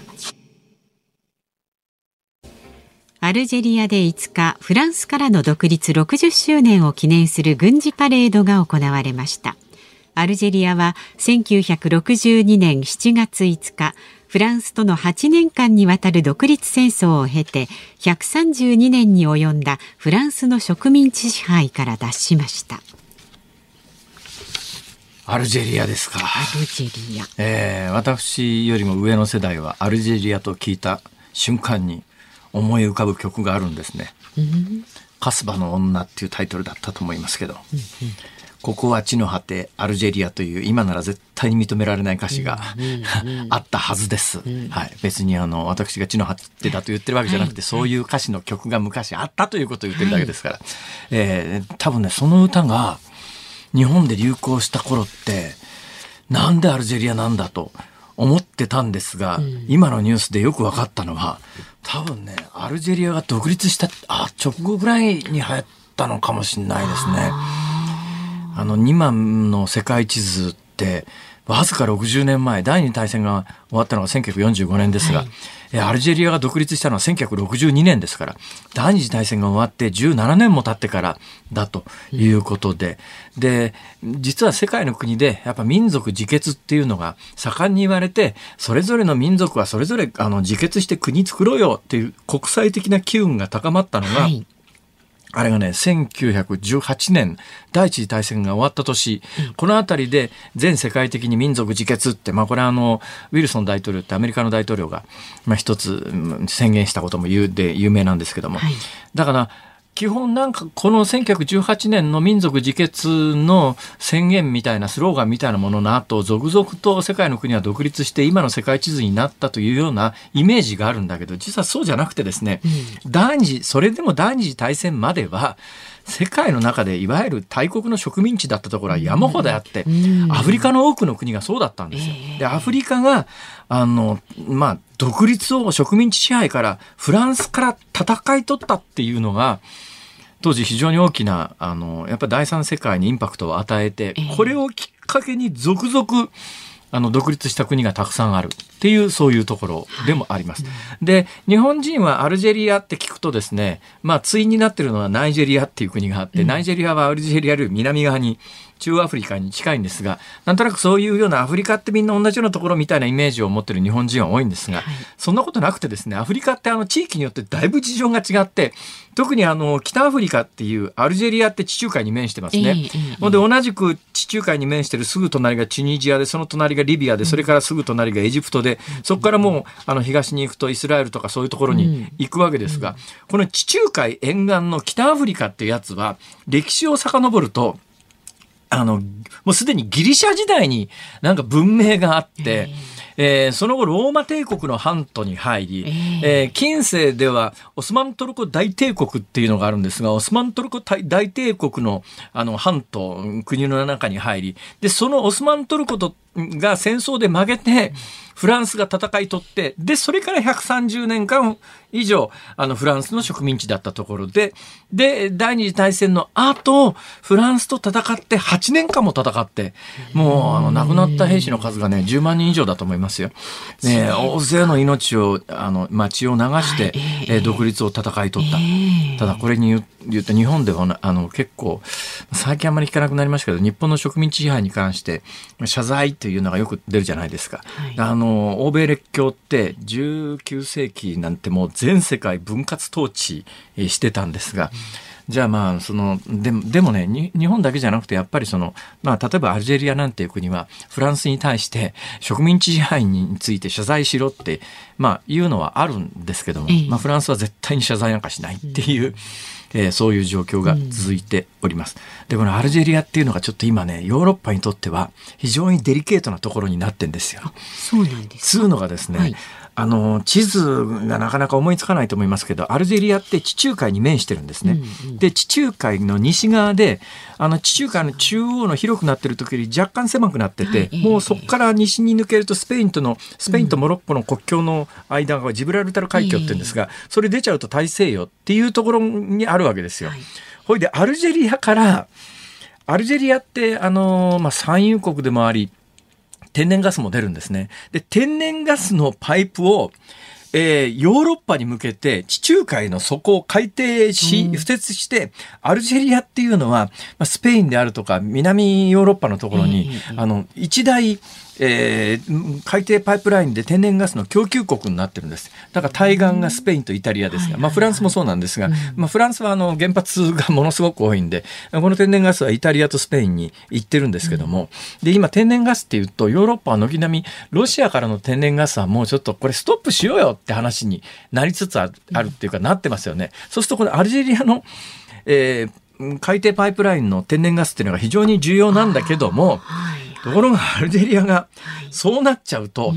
アルジェリアで5日、フランスからの独立60周年を記念する軍事パレードが行われました。アルジェリアは1962年7月5日、フランスとの8年間にわたる独立戦争を経て、132年に及んだフランスの植民地支配から脱しました。 アルジェリアですか。 アルジェリア。 私よりも上の世代はアルジェリアと聞いた瞬間に思い浮かぶ曲があるんですね。カスバの女っていうタイトルだったと思いますけど、ここは地の果てアルジェリアという今なら絶対に認められない歌詞があったはずです、はい、別に私が地の果てだと言ってるわけじゃなくて、そういう歌詞の曲が昔あったということを言ってるだけですから、多分ねその歌が日本で流行した頃ってなんでアルジェリアなんだと思ってたんですが、今のニュースでよく分かったのは、多分ねアルジェリアが独立した直後ぐらいに流行ったのかもしれないですね。2万の世界地図ってわずか60年前、第二次大戦が終わったのが1945年ですが、アルジェリアが独立したのは1962年ですから、第二次大戦が終わって17年も経ってからだということで、で実は世界の国でやっぱ民族自決っていうのが盛んに言われて、それぞれの民族はそれぞれ自決して国作ろうよっていう国際的な機運が高まったのが、あれがね、1918年、第一次大戦が終わった年、このあたりで全世界的に民族自決って、これウィルソン大統領ってアメリカの大統領が、一つ宣言したことも有名なんですけども、だから、基本なんかこの1918年の民族自決の宣言みたいなスローガンみたいなものの後、続々と世界の国は独立して今の世界地図になったというようなイメージがあるんだけど、実はそうじゃなくてですね、それでも第二次大戦までは世界の中でいわゆる大国の植民地だったところは山ほどあって、アフリカの多くの国がそうだったんですよ。でアフリカが独立を植民地支配からフランスから戦い取ったっていうのが当時非常に大きなやっぱり第三世界にインパクトを与えて、これをきっかけに続々独立した国がたくさんあるっていう、そういうところでもあります。で日本人はアルジェリアって聞くとですね、対になってるのはナイジェリアっていう国があって、ナイジェリアはアルジェリアより南側に中央アフリカに近いんですが、なんとなくそういうようなアフリカってみんな同じようなところみたいなイメージを持ってる日本人は多いんですが、そんなことなくてですね、アフリカって地域によってだいぶ事情が違って、特に北アフリカっていうアルジェリアって地中海に面してますね。で同じく地中海に面してるすぐ隣がチュニジアで、その隣がリビアで、それからすぐ隣がエジプトで、そこからもう東に行くとイスラエルとかそういうところに行くわけですが、この地中海沿岸の北アフリカっていうやつは歴史を遡るともうすでにギリシャ時代になんか文明があって、その後ローマ帝国の版図に入り、近世ではオスマントルコ大帝国っていうのがあるんですが、オスマントルコ大帝国の版図、国の中に入り、でそのオスマントルコが戦争で負けてフランスが戦い取って、でそれから130年間以上フランスの植民地だったところで、第二次大戦の後フランスと戦って8年間も戦って、もう亡くなった兵士の数がね10万人以上だと思いますよ。大勢の命を血を流して、独立を戦い取った。ただこれに言うと日本では結構最近あんまり聞かなくなりましたけど、日本の植民地支配に関して謝罪というのがよく出るじゃないですか。欧米列強って19世紀なんてもう全世界分割統治してたんですが、 じゃあまあでもね日本だけじゃなくてやっぱり例えばアルジェリアなんていう国はフランスに対して植民地支配について謝罪しろっていうのはあるんですけども、フランスは絶対に謝罪なんかしないっていう、そういう状況が続いております。でこのアルジェリアっていうのがちょっと今ねヨーロッパにとっては非常にデリケートなところになってんですよ。 そうなんです。 つうのがですね、はい、地図がなかなか思いつかないと思いますけどアルジェリアって地中海に面してるんですね、で地中海の西側で地中海の中央の広くなってる時より若干狭くなってて、もうそこから西に抜けるとスペインとモロッコの国境の間がジブラルタル海峡って言うんですが、それ出ちゃうと大西洋っていうところにあるわけですよ。ほいでアルジェリアって産油国でもあり天然ガスも出るんですね。で天然ガスのパイプを、ヨーロッパに向けて地中海の底を海底敷設して、アルジェリアっていうのはスペインであるとか南ヨーロッパのところに、一大海底パイプラインで天然ガスの供給国になってるんです。だから対岸がスペインとイタリアですが、フランスもそうなんですが、フランスは原発がものすごく多いんで、この天然ガスはイタリアとスペインに行ってるんですけども、で今天然ガスっていうとヨーロッパは軒並みロシアからの天然ガスはもうちょっとこれストップしようよって話になりつつあるっていうかなってますよね。そうするとこのアルジェリアの、海底パイプラインの天然ガスっていうのが非常に重要なんだけども、ところがアルジェリアがそうなっちゃうと、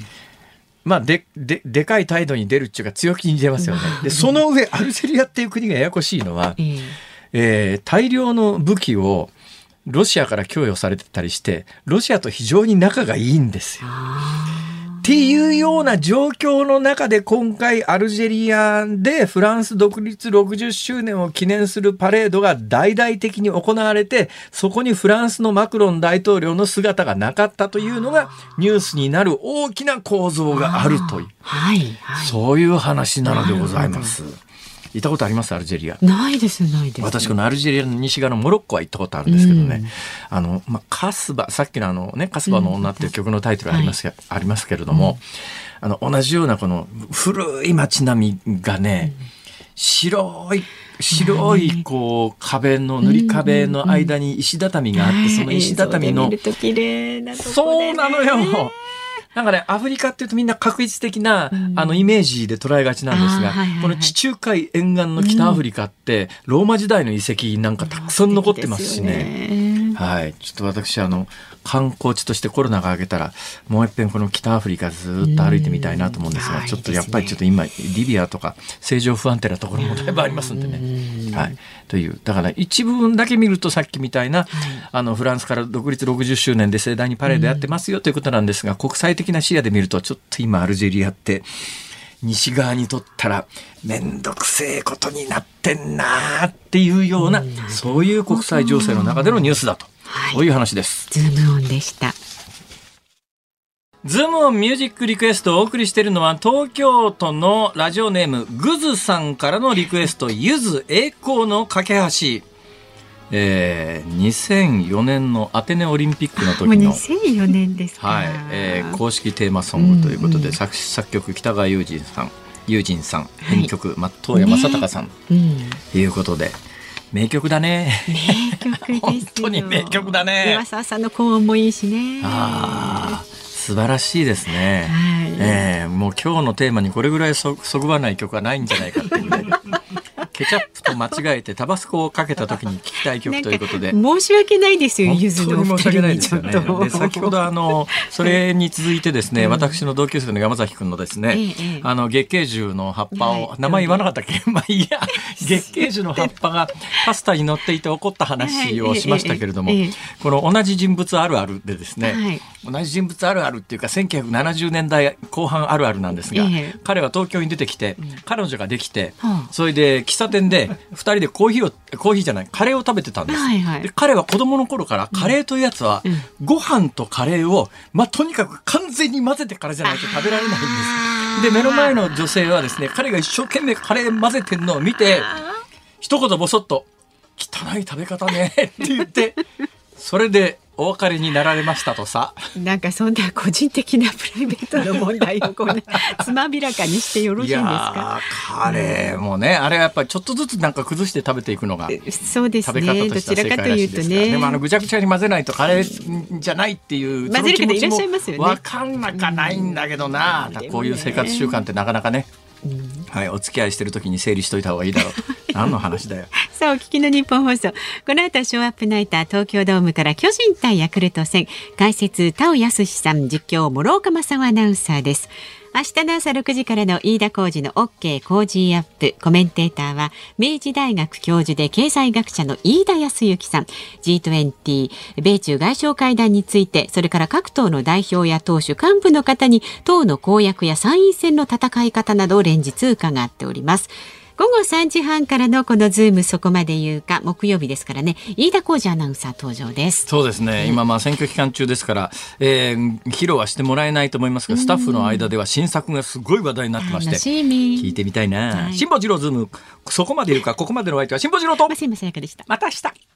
でかい態度に出るっていうか強気に出ますよね。でその上アルジェリアっていう国がややこしいのは、大量の武器をロシアから供与されてたりしてロシアと非常に仲がいいんですよ。っていうような状況の中で今回アルジェリアでフランス独立60周年を記念するパレードが大々的に行われて、そこにフランスのマクロン大統領の姿がなかったというのがニュースになる大きな構造があるという、そういう話なのでございます。行ったことあります？アルジェリア。 ないです。 私このアルジェリアの西側のモロッコは行ったことあるんですけどね、カスバ、さっきのカスバの女っていう曲のタイトルありますけれども、同じようなこの古い街並みがね、白いこう壁の塗り壁の間に石畳があって、その石畳の、そうなのよ。なんかね、アフリカっていうとみんな画一的な、イメージで捉えがちなんですが、この地中海沿岸の北アフリカって、ローマ時代の遺跡なんかたくさん残ってますしね。はい。ちょっと私、観光地としてコロナが明けたら、もう一遍この北アフリカずっと歩いてみたいなと思うんですが、ちょっとやっぱりちょっと今、リビアとか政情不安定なところもだいぶありますんでね。はい。という、だから一部分だけ見るとさっきみたいな、フランスから独立60周年で盛大にパレードやってますよということなんですが、国際的な視野で見るとちょっと今アルジェリアって西側にとったらめんどくせえことになってんなっていうような、そういう国際情勢の中でのニュースだと、そういう話です。 ズームオンでした。 ズームオンミュージックリクエストをお送りしているのは東京都のラジオネームグズさんからのリクエスト、ゆず栄光の架け橋。2004年のアテネオリンピックの時のもう2004年ですか、 公式テーマソングということで、作詞作曲北川悠仁さん、編曲松任谷正隆さん、ということで名曲だね。 名曲ですよ。 本当に名曲だね。 岩沢さんの高音もいいしね。 素晴らしいですね。もう今日のテーマにこれぐらいそぐわない曲はないんじゃないかっていうぐらいケチャップと間違えてタバスコをかけた時に聴きたい曲ということで、 申し訳ないですよ、ゆずのお二人にちょっと。 で先ほどそれに続いてですね、私の同級生の山崎くんのですね、月桂樹の葉っぱを、名前言わなかったっけ、まあいいや、月桂樹の葉っぱがパスタに乗っていて起こった話をしましたけれども、この同じ人物あるあるでですね、同じ人物あるあるっていうか1970年代後半あるあるなんですが、彼は東京に出てきて、彼女ができて、それで喫茶店で2人でカレーを食べてたんです、で彼は子供の頃からカレーというやつは、ご飯とカレーを、とにかく完全に混ぜてからじゃないと食べられないんです。で目の前の女性はですね、彼が一生懸命カレー混ぜてるのを見て一言ボソッと汚い食べ方ねって言って、それでお別れになられましたとさ。 なんかそんな個人的なプライベートの問題をこうつまびらかにしてよろしいんですか。 カレーもね、あれはやっぱりちょっとずつなんか崩して食べていくのがそうですね、 食べ方としては正解らしいですからね。でもぐちゃぐちゃに混ぜないとカレーじゃないっていう混ぜる方いらっしゃいますよね。 分かんなかないんだけどな、こういう生活習慣ってなかなかね、はい、お付き合いしてる時に整理しといた方がいいだろう。何の話だよ。 さあ、お聞きの日本放送、この後はショーアップナイター東京ドームから巨人対ヤクルト戦、解説田尾康さん、実況諸岡正夫アナウンサーです。明日の朝6時からの飯田浩司の OK 工事アップ、コメンテーターは明治大学教授で経済学者の飯田康之さん。 G20 米中外相会談について、それから各党の代表や党首幹部の方に党の公約や参院選の戦い方などを連日伺っております。午後3時半からのこのズームそこまで言うか、木曜日ですからね、飯田浩司アナウンサー登場です。 そうですね、今選挙期間中ですから、披露はしてもらえないと思いますが、スタッフの間では新作がすごい話題になってまして、聞いてみたいな、辛坊治郎ズームそこまで言うか。ここまでのお相手は辛坊治郎と増山さやかでした。 また明日。